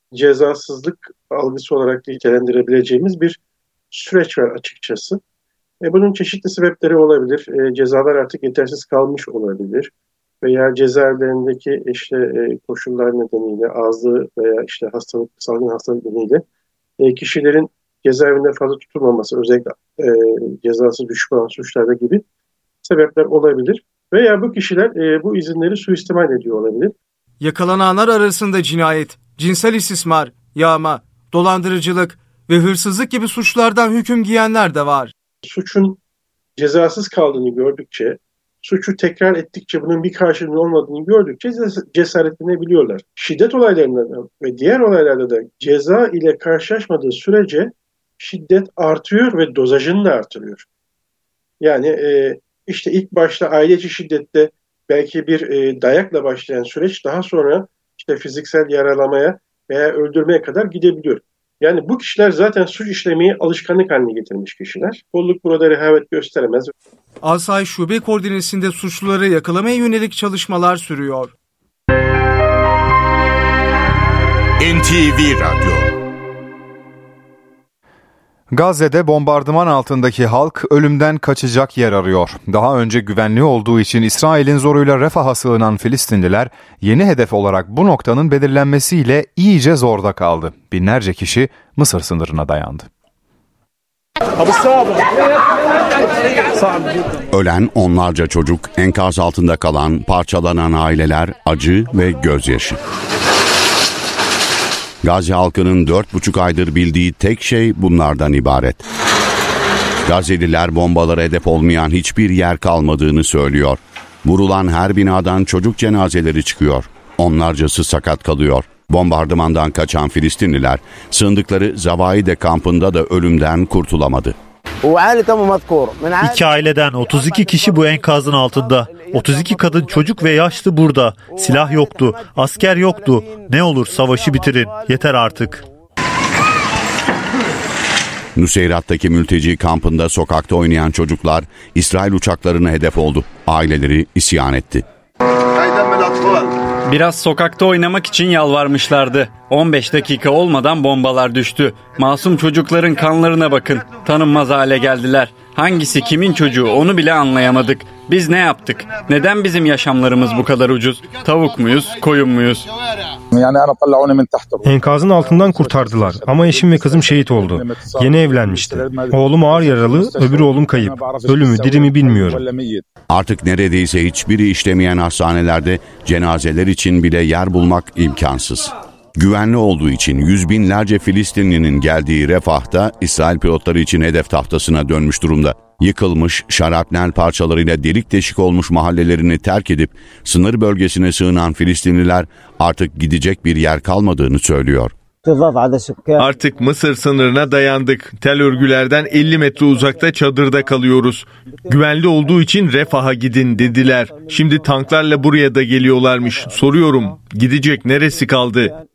Cezasızlık algısı olarak nitelendirebileceğimiz bir süreç var açıkçası. E, bunun çeşitli sebepleri olabilir. E, cezalar artık yetersiz kalmış olabilir. Veya cezaevlerindeki işte e, koşullar nedeniyle, azlığı veya işte hastalık, salgın hastalık nedeniyle e, kişilerin cezaevinde fazla tutulmaması, özellikle e, cezası düşük olan suçlarda gibi sebepler olabilir. Veya bu kişiler e, bu izinleri suistimal ediyor olabilir. Yakalananlar arasında cinayet, cinsel istismar, yağma, dolandırıcılık ve hırsızlık gibi suçlardan hüküm giyenler de var. Suçun cezasız kaldığını gördükçe, suçu tekrar ettikçe bunun bir karşılığının olmadığını gördükçe cesaretlenebiliyorlar. Şiddet olaylarında ve diğer olaylarda da ceza ile karşılaşmadığı sürece şiddet artıyor ve dozajını da artırıyor. Yani e, işte ilk başta aile içi şiddette belki bir e, dayakla başlayan süreç daha sonra işte fiziksel yaralamaya veya öldürmeye kadar gidebiliyor. Yani bu kişiler zaten suç işlemeyi alışkanlık haline getirmiş kişiler. Kolluk burada rehavet gösteremez. Asayiş Şube Koordinesi'nde suçluları yakalamaya yönelik çalışmalar sürüyor. N T V Radyo. Gazze'de bombardıman altındaki halk ölümden kaçacak yer arıyor. Daha önce güvenli olduğu için İsrail'in zoruyla Refah'a sığınan Filistinliler yeni hedef olarak bu noktanın belirlenmesiyle iyice zorda kaldı. Binlerce kişi Mısır sınırına dayandı. Ölen onlarca çocuk, enkaz altında kalan, parçalanan aileler, acı ve gözyaşı. Gazze halkının dört buçuk aydır bildiği tek şey bunlardan ibaret. Gazze'liler bombalara hedef olmayan hiçbir yer kalmadığını söylüyor. Vurulan her binadan çocuk cenazeleri çıkıyor. Onlarcası sakat kalıyor. Bombardımandan kaçan Filistinliler sığındıkları Zavaide kampında da ölümden kurtulamadı. İki aileden otuz iki kişi bu enkazın altında. otuz iki kadın, çocuk ve yaşlı burada. Silah yoktu, asker yoktu. Ne olur savaşı bitirin. Yeter artık. Nuseyrat'taki mülteci kampında sokakta oynayan çocuklar İsrail uçaklarına hedef oldu. Aileleri isyan etti. Biraz sokakta oynamak için yalvarmışlardı. on beş dakika olmadan bombalar düştü. Masum çocukların kanlarına bakın. Tanınmaz hale geldiler. Hangisi kimin çocuğu onu bile anlayamadık. Biz ne yaptık? Neden bizim yaşamlarımız bu kadar ucuz? Tavuk muyuz, koyun muyuz? Enkazın altından kurtardılar ama eşim ve kızım şehit oldu. Yeni evlenmişti. Oğlum ağır yaralı, öbür oğlum kayıp. Ölümü dirimi bilmiyorum. Artık neredeyse hiçbiri işlemeyen hastanelerde cenazeler için bile yer bulmak imkansız. Güvenli olduğu için yüz binlerce Filistinlinin geldiği Refah'ta İsrail pilotları için hedef tahtasına dönmüş durumda. Yıkılmış, şarapnel parçalarıyla delik deşik olmuş mahallelerini terk edip sınır bölgesine sığınan Filistinliler artık gidecek bir yer kalmadığını söylüyor. Artık Mısır sınırına dayandık. Tel örgülerden elli metre uzakta çadırda kalıyoruz. Güvenli olduğu için Refah'a gidin dediler. Şimdi tanklarla buraya da geliyorlarmış. Soruyorum, gidecek neresi kaldı?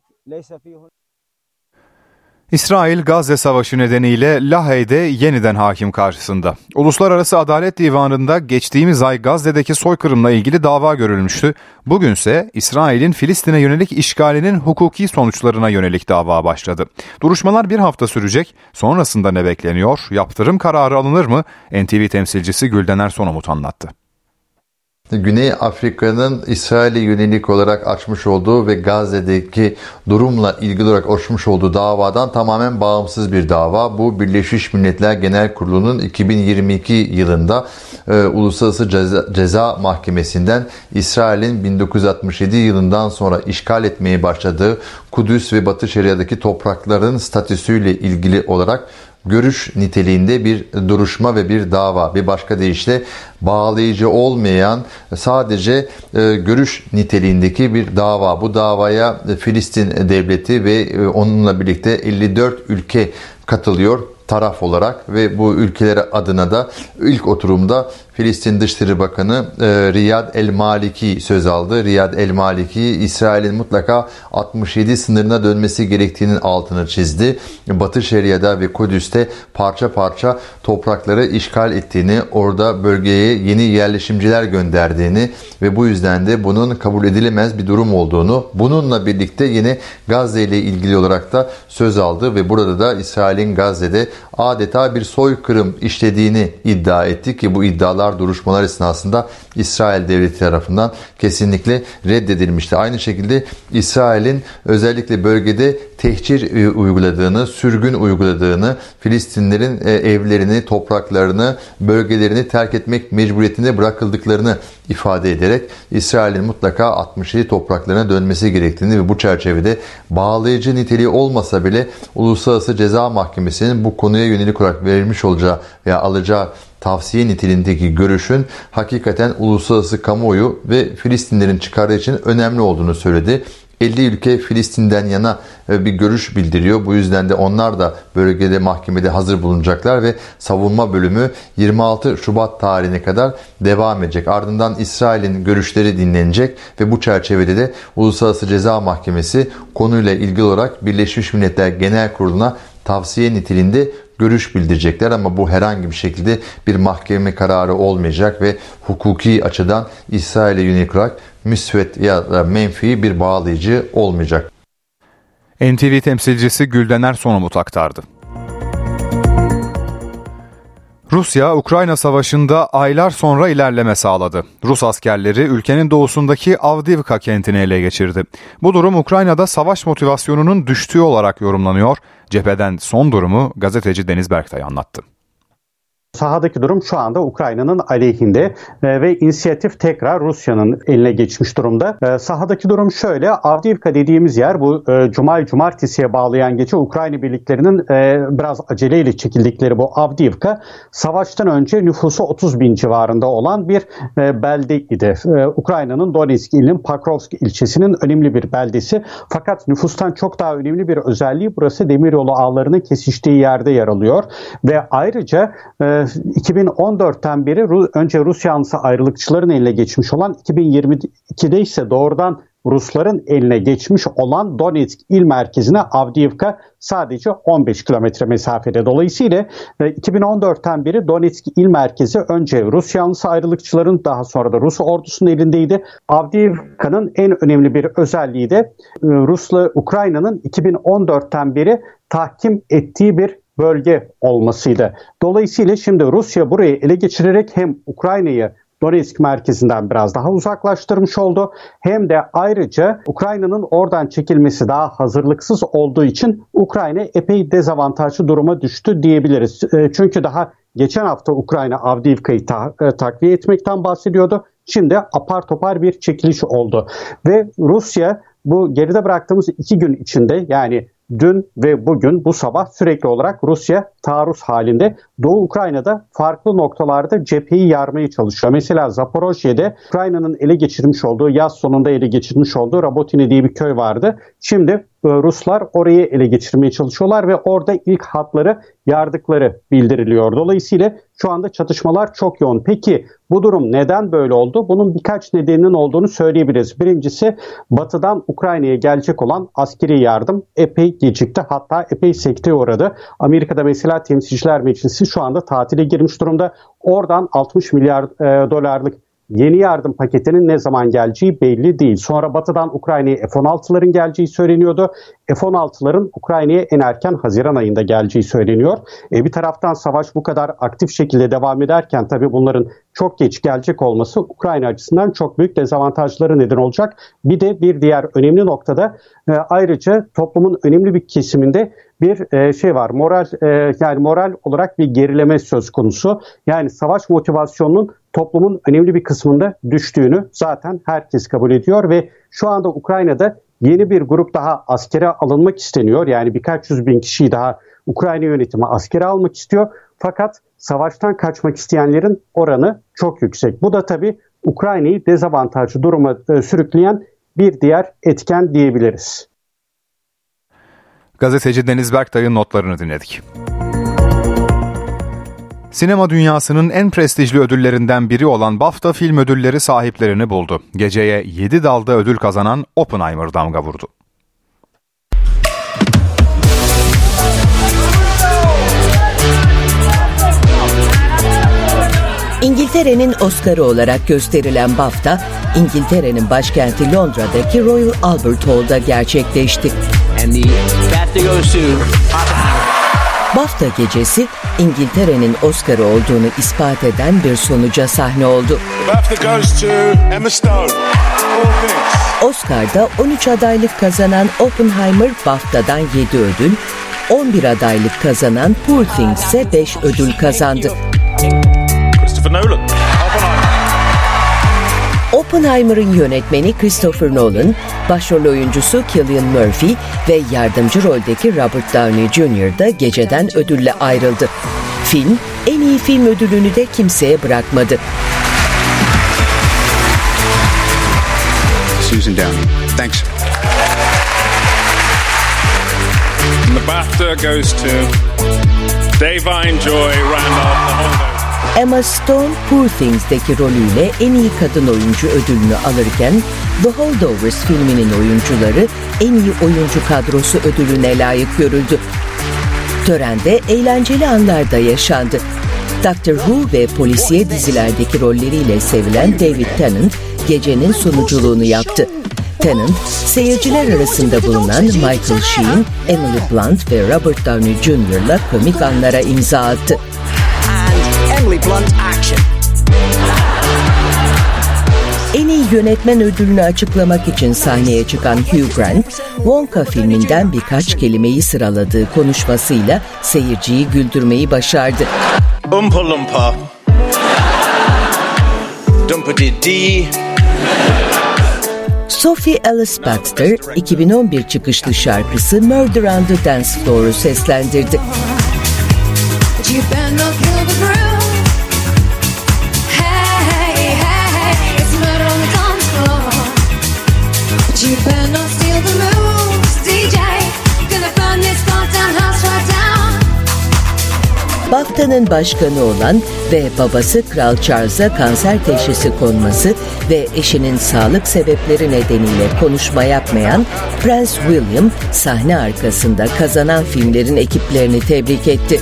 İsrail, Gazze Savaşı nedeniyle Lahey'de yeniden hakim karşısında. Uluslararası Adalet Divanı'nda geçtiğimiz ay Gazze'deki soykırımla ilgili dava görülmüştü. Bugünse İsrail'in Filistin'e yönelik işgalinin hukuki sonuçlarına yönelik dava başladı. Duruşmalar bir hafta sürecek. Sonrasında ne bekleniyor? Yaptırım kararı alınır mı? N T V temsilcisi Güldener Sonomut anlattı. Güney Afrika'nın İsrail'e yönelik olarak açmış olduğu ve Gazze'deki durumla ilgili olarak açmış olduğu davadan tamamen bağımsız bir dava. Bu Birleşmiş Milletler Genel Kurulu'nun iki bin yirmi iki yılında e, Uluslararası Ceza, Ceza Mahkemesi'nden İsrail'in bin dokuz yüz altmış yedi yılından sonra işgal etmeye başladığı Kudüs ve Batı Şeria'daki toprakların statüsüyle ilgili olarak görüş niteliğinde bir duruşma ve bir dava. Bir başka deyişle bağlayıcı olmayan sadece e, görüş niteliğindeki bir dava. Bu davaya Filistin devleti ve e, onunla birlikte elli dört ülke katılıyor taraf olarak ve bu ülkeler adına da ilk oturumda Filistin Dışişleri Bakanı e, Riyad El-Maliki söz aldı. Riyad El-Maliki, İsrail'in mutlaka altmış yedi sınırına dönmesi gerektiğinin altını çizdi. Batı Şeria'da ve Kudüs'te parça parça toprakları işgal ettiğini, orada bölgeye yeni yerleşimciler gönderdiğini ve bu yüzden de bunun kabul edilemez bir durum olduğunu, bununla birlikte yine Gazze ile ilgili olarak da söz aldı ve burada da İsrail'in Gazze'de adeta bir soykırım işlediğini iddia etti ki bu iddialar duruşmalar esnasında İsrail devleti tarafından kesinlikle reddedilmişti. Aynı şekilde İsrail'in özellikle bölgede tehcir uyguladığını, sürgün uyguladığını, Filistinlerin evlerini, topraklarını, bölgelerini terk etmek mecburiyetinde bırakıldıklarını ifade ederek İsrail'in mutlaka altmış yedi topraklarına dönmesi gerektiğini ve bu çerçevede bağlayıcı niteliği olmasa bile Uluslararası Ceza Mahkemesi'nin bu konuya yönelik olarak verilmiş olacağı veya alacağı tavsiye niteliğindeki görüşün hakikaten uluslararası kamuoyu ve Filistinlerin çıkarları için önemli olduğunu söyledi. elli ülke Filistin'den yana bir görüş bildiriyor. Bu yüzden de onlar da bölgede mahkemede hazır bulunacaklar ve savunma bölümü yirmi altı Şubat tarihine kadar devam edecek. Ardından İsrail'in görüşleri dinlenecek ve bu çerçevede de Uluslararası Ceza Mahkemesi konuyla ilgili olarak Birleşmiş Milletler Genel Kurulu'na tavsiye niteliğinde görüş bildirecekler ama bu herhangi bir şekilde bir mahkeme kararı olmayacak ve hukuki açıdan İsrail'e yönelik olarak müsbet ya da menfi bir bağlayıcı olmayacak. N T V temsilcisi Gülden Ersonomut aktardı. Rusya, Ukrayna Savaşı'nda aylar sonra ilerleme sağladı. Rus askerleri ülkenin doğusundaki Avdiivka kentini ele geçirdi. Bu durum Ukrayna'da savaş motivasyonunun düştüğü olarak yorumlanıyor. Cepheden son durumu gazeteci Deniz Berktay anlattı. Sahadaki durum şu anda Ukrayna'nın aleyhinde ve inisiyatif tekrar Rusya'nın eline geçmiş durumda. Sahadaki durum şöyle: Avdiivka dediğimiz yer, bu Cuma'yı Cumartesi'ye bağlayan gece Ukrayna birliklerinin biraz aceleyle çekildikleri bu Avdiivka, savaştan önce nüfusu otuz bin civarında olan bir beldeydi. Ukrayna'nın Donetsk ilinin Pakrovsk ilçesinin önemli bir beldesi. Fakat nüfustan çok daha önemli bir özelliği, burası demiryolu ağlarının kesiştiği yerde yer alıyor ve ayrıca iki bin on dörtten beri önce Rus yanlısı ayrılıkçıların eline geçmiş olan, iki bin yirmi ikide ise doğrudan Rusların eline geçmiş olan Donetsk il merkezine Avdiivka sadece on beş kilometre mesafede. Dolayısıyla iki bin on dörtten beri Donetsk il merkezi önce Rus yanlısı ayrılıkçıların, daha sonra da Rus ordusunun elindeydi. Avdiivka'nın en önemli bir özelliği de Rusla Ukrayna'nın iki bin on dörtten beri tahkim ettiği bir bölge olmasıydı. Dolayısıyla şimdi Rusya burayı ele geçirerek hem Ukrayna'yı Donetsk merkezinden biraz daha uzaklaştırmış oldu, hem de ayrıca Ukrayna'nın oradan çekilmesi daha hazırlıksız olduğu için Ukrayna epey dezavantajlı duruma düştü diyebiliriz. Çünkü daha geçen hafta Ukrayna Avdiivka'yı ta- takviye etmekten bahsediyordu. Şimdi apar topar bir çekiliş oldu ve Rusya bu geride bıraktığımız iki gün içinde, yani dün ve bugün, bu sabah sürekli olarak Rusya taarruz halinde. Doğu Ukrayna'da farklı noktalarda cepheyi yarmaya çalışıyor. Mesela Zaporojye'de Ukrayna'nın ele geçirmiş olduğu, yaz sonunda ele geçirmiş olduğu Rabotine diye bir köy vardı. Şimdi Ruslar orayı ele geçirmeye çalışıyorlar ve orada ilk hatları yardıkları bildiriliyor. Dolayısıyla şu anda çatışmalar çok yoğun. Peki bu durum neden böyle oldu? Bunun birkaç nedeninin olduğunu söyleyebiliriz. Birincisi, batıdan Ukrayna'ya gelecek olan askeri yardım epey gecikti. Hatta epey sekteye uğradı. Amerika'da mesela Temsilciler Meclisi şu anda tatile girmiş durumda. Oradan altmış milyar e, dolarlık yeni yardım paketinin ne zaman geleceği belli değil. Sonra batıdan Ukrayna'ya F on altıların geleceği söyleniyordu. F on altıların Ukrayna'ya en erken Haziran ayında geleceği söyleniyor. E bir taraftan savaş bu kadar aktif şekilde devam ederken tabii bunların çok geç gelecek olması Ukrayna açısından çok büyük dezavantajları neden olacak. Bir de bir diğer önemli noktada e, ayrıca toplumun önemli bir kesiminde bir e, şey var. Moral e, yani moral olarak bir gerileme söz konusu. Yani savaş motivasyonunun toplumun önemli bir kısmında düştüğünü zaten herkes kabul ediyor ve şu anda Ukrayna'da yeni bir grup daha askere alınmak isteniyor. Yani birkaç yüz bin kişiyi daha Ukrayna yönetimi askere almak istiyor. Fakat savaştan kaçmak isteyenlerin oranı çok yüksek. Bu da tabii Ukrayna'yı dezavantajlı duruma e, sürükleyen bir diğer etken diyebiliriz. Gazeteci Deniz Berktay'ın notlarını dinledik. Sinema dünyasının en prestijli ödüllerinden biri olan BAFTA film ödülleri sahiplerini buldu. Geceye yedi dalda ödül kazanan Oppenheimer damga vurdu. İngiltere'nin Oscar'ı olarak gösterilen BAFTA, İngiltere'nin başkenti Londra'daki Royal Albert Hall'da gerçekleşti. BAFTA gecesi, İngiltere'nin Oscar'ı olduğunu ispat eden bir sonuca sahne oldu. Oscar'da on üç adaylık kazanan Oppenheimer BAFTA'dan yedi ödül, on bir adaylık kazanan Poor Things ise beş ödül kazandı. Nolan. Oppenheimer'ın yönetmeni Christopher Nolan, başrol oyuncusu Cillian Murphy ve yardımcı roldeki Robert Downey Junior da geceden ödülle ayrıldı. Film, en iyi film ödülünü de kimseye bırakmadı. Susan Downey, thanks. And the BAFTA goes to Da'Vine Joy Randolph, The Holdovers. Emma Stone, Poor Things'deki rolüyle en iyi kadın oyuncu ödülünü alırken, The Holdovers filminin oyuncuları en iyi oyuncu kadrosu ödülüne layık görüldü. Törende eğlenceli anlar da yaşandı. Doctor Who ve polisiye dizilerdeki rolleriyle sevilen David Tennant gecenin sunuculuğunu yaptı. Tennant, seyirciler arasında bulunan Michael Sheen, Emily Blunt ve Robert Downey Junior'la komik anlara imza attı. En iyi yönetmen ödülünü açıklamak için sahneye çıkan Hugh Grant, Wonka filminden birkaç kelimeyi sıraladığı konuşmasıyla seyirciyi güldürmeyi başardı. Umpa lumpa. Dumpity-dee. Sophie Ellis-Bextor, iki bin on bir çıkışlı şarkısı Murder on the Dance Floor'u seslendirdi. BAFTA'nın başkanı olan ve babası Kral Charles'a kanser teşhisi konması ve eşinin sağlık sebepleri nedeniyle konuşma yapmayan Prens William, sahne arkasında kazanan filmlerin ekiplerini tebrik etti.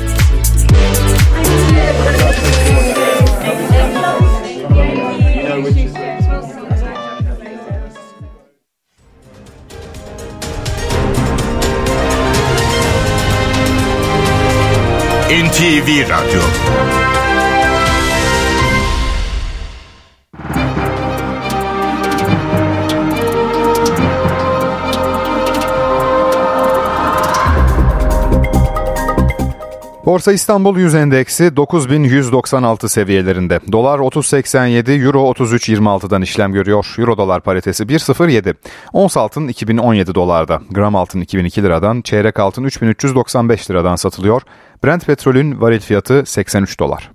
N T V Radyo. Borsa İstanbul Yüz Endeksi dokuz bin yüz doksan altı seviyelerinde. Dolar otuz seksen yedi, Euro otuz üç yirmi altıdan işlem görüyor. Euro dolar paritesi bir virgül sıfır yedi. Ons altın iki bin on yedi dolarda. Gram altın iki bin iki liradan, çeyrek altın üç bin üç yüz doksan beş liradan satılıyor. Brent petrolün varil fiyatı seksen üç dolar.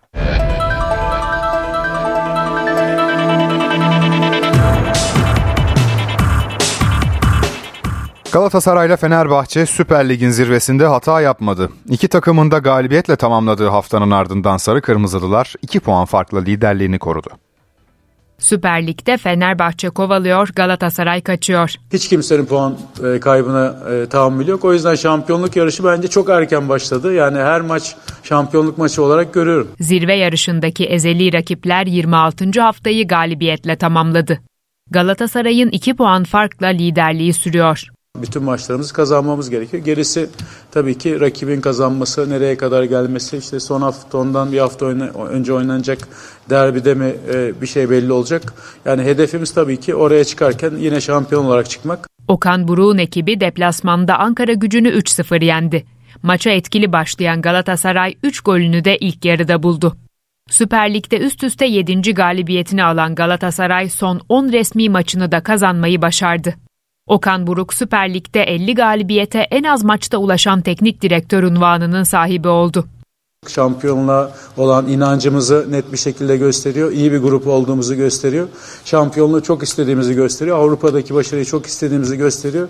Galatasaray'la Fenerbahçe Süper Lig'in zirvesinde hata yapmadı. İki takımın da galibiyetle tamamladığı haftanın ardından Sarı Kırmızılılar iki puan farkla liderliğini korudu. Süper Lig'de Fenerbahçe kovalıyor, Galatasaray kaçıyor. Hiç kimsenin puan kaybına tahammülü yok. O yüzden şampiyonluk yarışı bence çok erken başladı. Yani her maç şampiyonluk maçı olarak görüyorum. Zirve yarışındaki ezeli rakipler yirmi altıncı haftayı galibiyetle tamamladı. Galatasaray'ın iki puan farkla liderliği sürüyor. Bütün maçlarımızı kazanmamız gerekiyor. Gerisi tabii ki rakibin kazanması, nereye kadar gelmesi, işte son hafta ondan bir hafta önce oynanacak derbide mi bir şey belli olacak. Yani hedefimiz tabii ki oraya çıkarken yine şampiyon olarak çıkmak. Okan Buruk'un ekibi deplasmanda Ankaragücü'nü üç sıfır yendi. Maça etkili başlayan Galatasaray üç golünü de ilk yarıda buldu. Süper Lig'de üst üste yedinci galibiyetini alan Galatasaray son on resmi maçını da kazanmayı başardı. Okan Buruk Süper Lig'de elli galibiyete en az maçta ulaşan teknik direktör unvanının sahibi oldu. Şampiyonluğa olan inancımızı net bir şekilde gösteriyor. İyi bir grup olduğumuzu gösteriyor. Şampiyonluğu çok istediğimizi gösteriyor. Avrupa'daki başarıyı çok istediğimizi gösteriyor.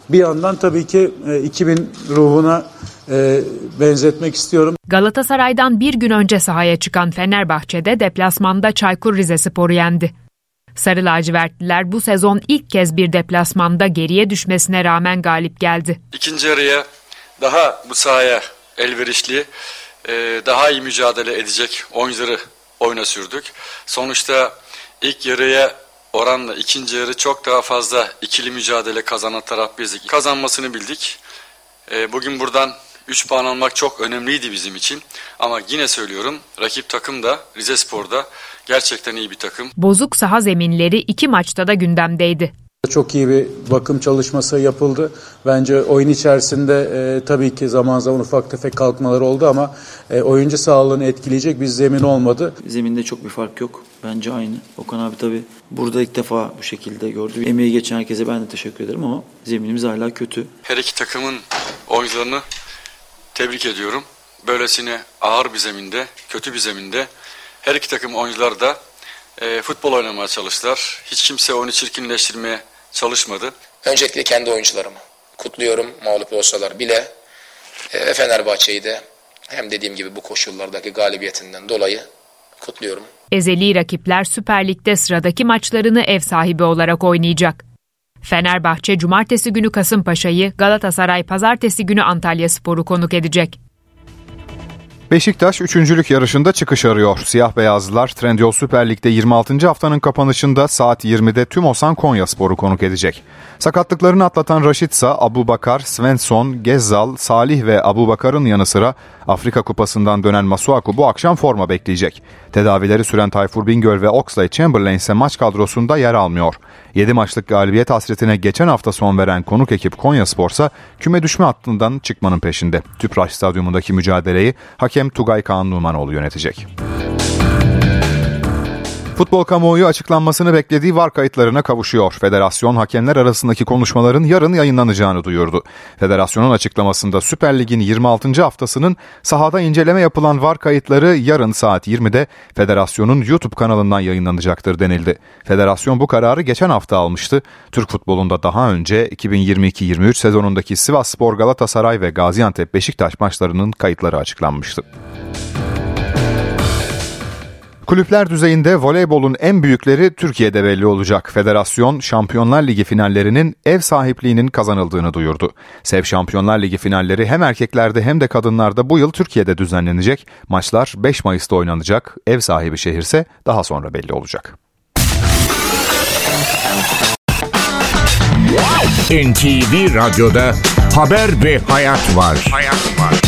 Bir yandan tabii ki e, iki bin ruhuna e, benzetmek istiyorum. Galatasaray'dan bir gün önce sahaya çıkan Fenerbahçe'de deplasmanda Çaykur Rizespor'u yendi. Sarı lacivertliler bu sezon ilk kez bir deplasmanda geriye düşmesine rağmen galip geldi. İkinci yarıya daha bu sahaya elverişli, daha iyi mücadele edecek oyuncuları oyuna sürdük. Sonuçta ilk yarıya oranla ikinci yarı çok daha fazla ikili mücadele kazanan taraf bizdik. Kazanmasını bildik. Bugün buradan üç puan almak çok önemliydi bizim için. Ama yine söylüyorum, rakip takım da Rizespor'da gerçekten iyi bir takım. Bozuk saha zeminleri iki maçta da gündemdeydi. Çok iyi bir bakım çalışması yapıldı. Bence oyun içerisinde e, tabii ki zaman zaman ufak tefek kalkmalar oldu ama e, oyuncu sağlığını etkileyecek bir zemin olmadı. Zeminde çok bir fark yok. Bence aynı. Okan abi tabii burada ilk defa bu şekilde gördü. Emeği geçen herkese ben de teşekkür ederim ama zeminimiz hala kötü. Her iki takımın oyuncularını tebrik ediyorum. Böylesine ağır bir zeminde, kötü bir zeminde her iki takım oyuncuları da e, futbol oynamaya çalıştılar. Hiç kimse oyunu çirkinleştirmeye çalışmadı. Öncelikle kendi oyuncularımı kutluyorum, mağlup olsalar bile. E, Fenerbahçe'yi de hem dediğim gibi bu koşullardaki galibiyetinden dolayı kutluyorum. Ezeli rakipler Süper Lig'de sıradaki maçlarını ev sahibi olarak oynayacak. Fenerbahçe cumartesi günü Kasımpaşa'yı, Galatasaray pazartesi günü Antalyaspor'u konuk edecek. Beşiktaş üçüncülük yarışında çıkış arıyor. Siyah beyazlılar Trendyol Süper Lig'de yirmi altıncı haftanın kapanışında saat yirmide TÜMOSAN Konyaspor'u konuk edecek. Sakatlıklarını atlatan Raşitsa, Abubakar, Svensson, Gezzal, Salih ve Abubakar'ın yanı sıra Afrika Kupası'ndan dönen Masuaku bu akşam forma bekleyecek. Tedavileri süren Tayfur Bingöl ve Oxlade-Chamberlain ise maç kadrosunda yer almıyor. yedi maçlık galibiyet hasretine geçen hafta son veren konuk ekip Konyaspor ise küme düşme hattından çıkmanın peşinde. Tüpraş Stadyumundaki mücadeleyi hakem Tugay Kaan Numanoğlu yönetecek. Futbol kamuoyu açıklanmasını beklediği V A R kayıtlarına kavuşuyor. Federasyon hakemler arasındaki konuşmaların yarın yayınlanacağını duyurdu. Federasyonun açıklamasında Süper Lig'in yirmi altıncı haftasının sahada inceleme yapılan V A R kayıtları yarın saat yirmide Federasyonun YouTube kanalından yayınlanacaktır denildi. Federasyon bu kararı geçen hafta almıştı. Türk futbolunda daha önce iki bin yirmi iki yirmi üç sezonundaki Sivasspor, Galatasaray ve Gaziantep Beşiktaş maçlarının kayıtları açıklanmıştı. Kulüpler düzeyinde voleybolun en büyükleri Türkiye'de belli olacak. Federasyon, Şampiyonlar Ligi finallerinin ev sahipliğinin kazanıldığını duyurdu. SEV Şampiyonlar Ligi finalleri hem erkeklerde hem de kadınlarda bu yıl Türkiye'de düzenlenecek. Maçlar beş Mayıs'ta oynanacak. Ev sahibi şehirse daha sonra belli olacak. N T V Radyo'da haber ve hayat var. Hayat var.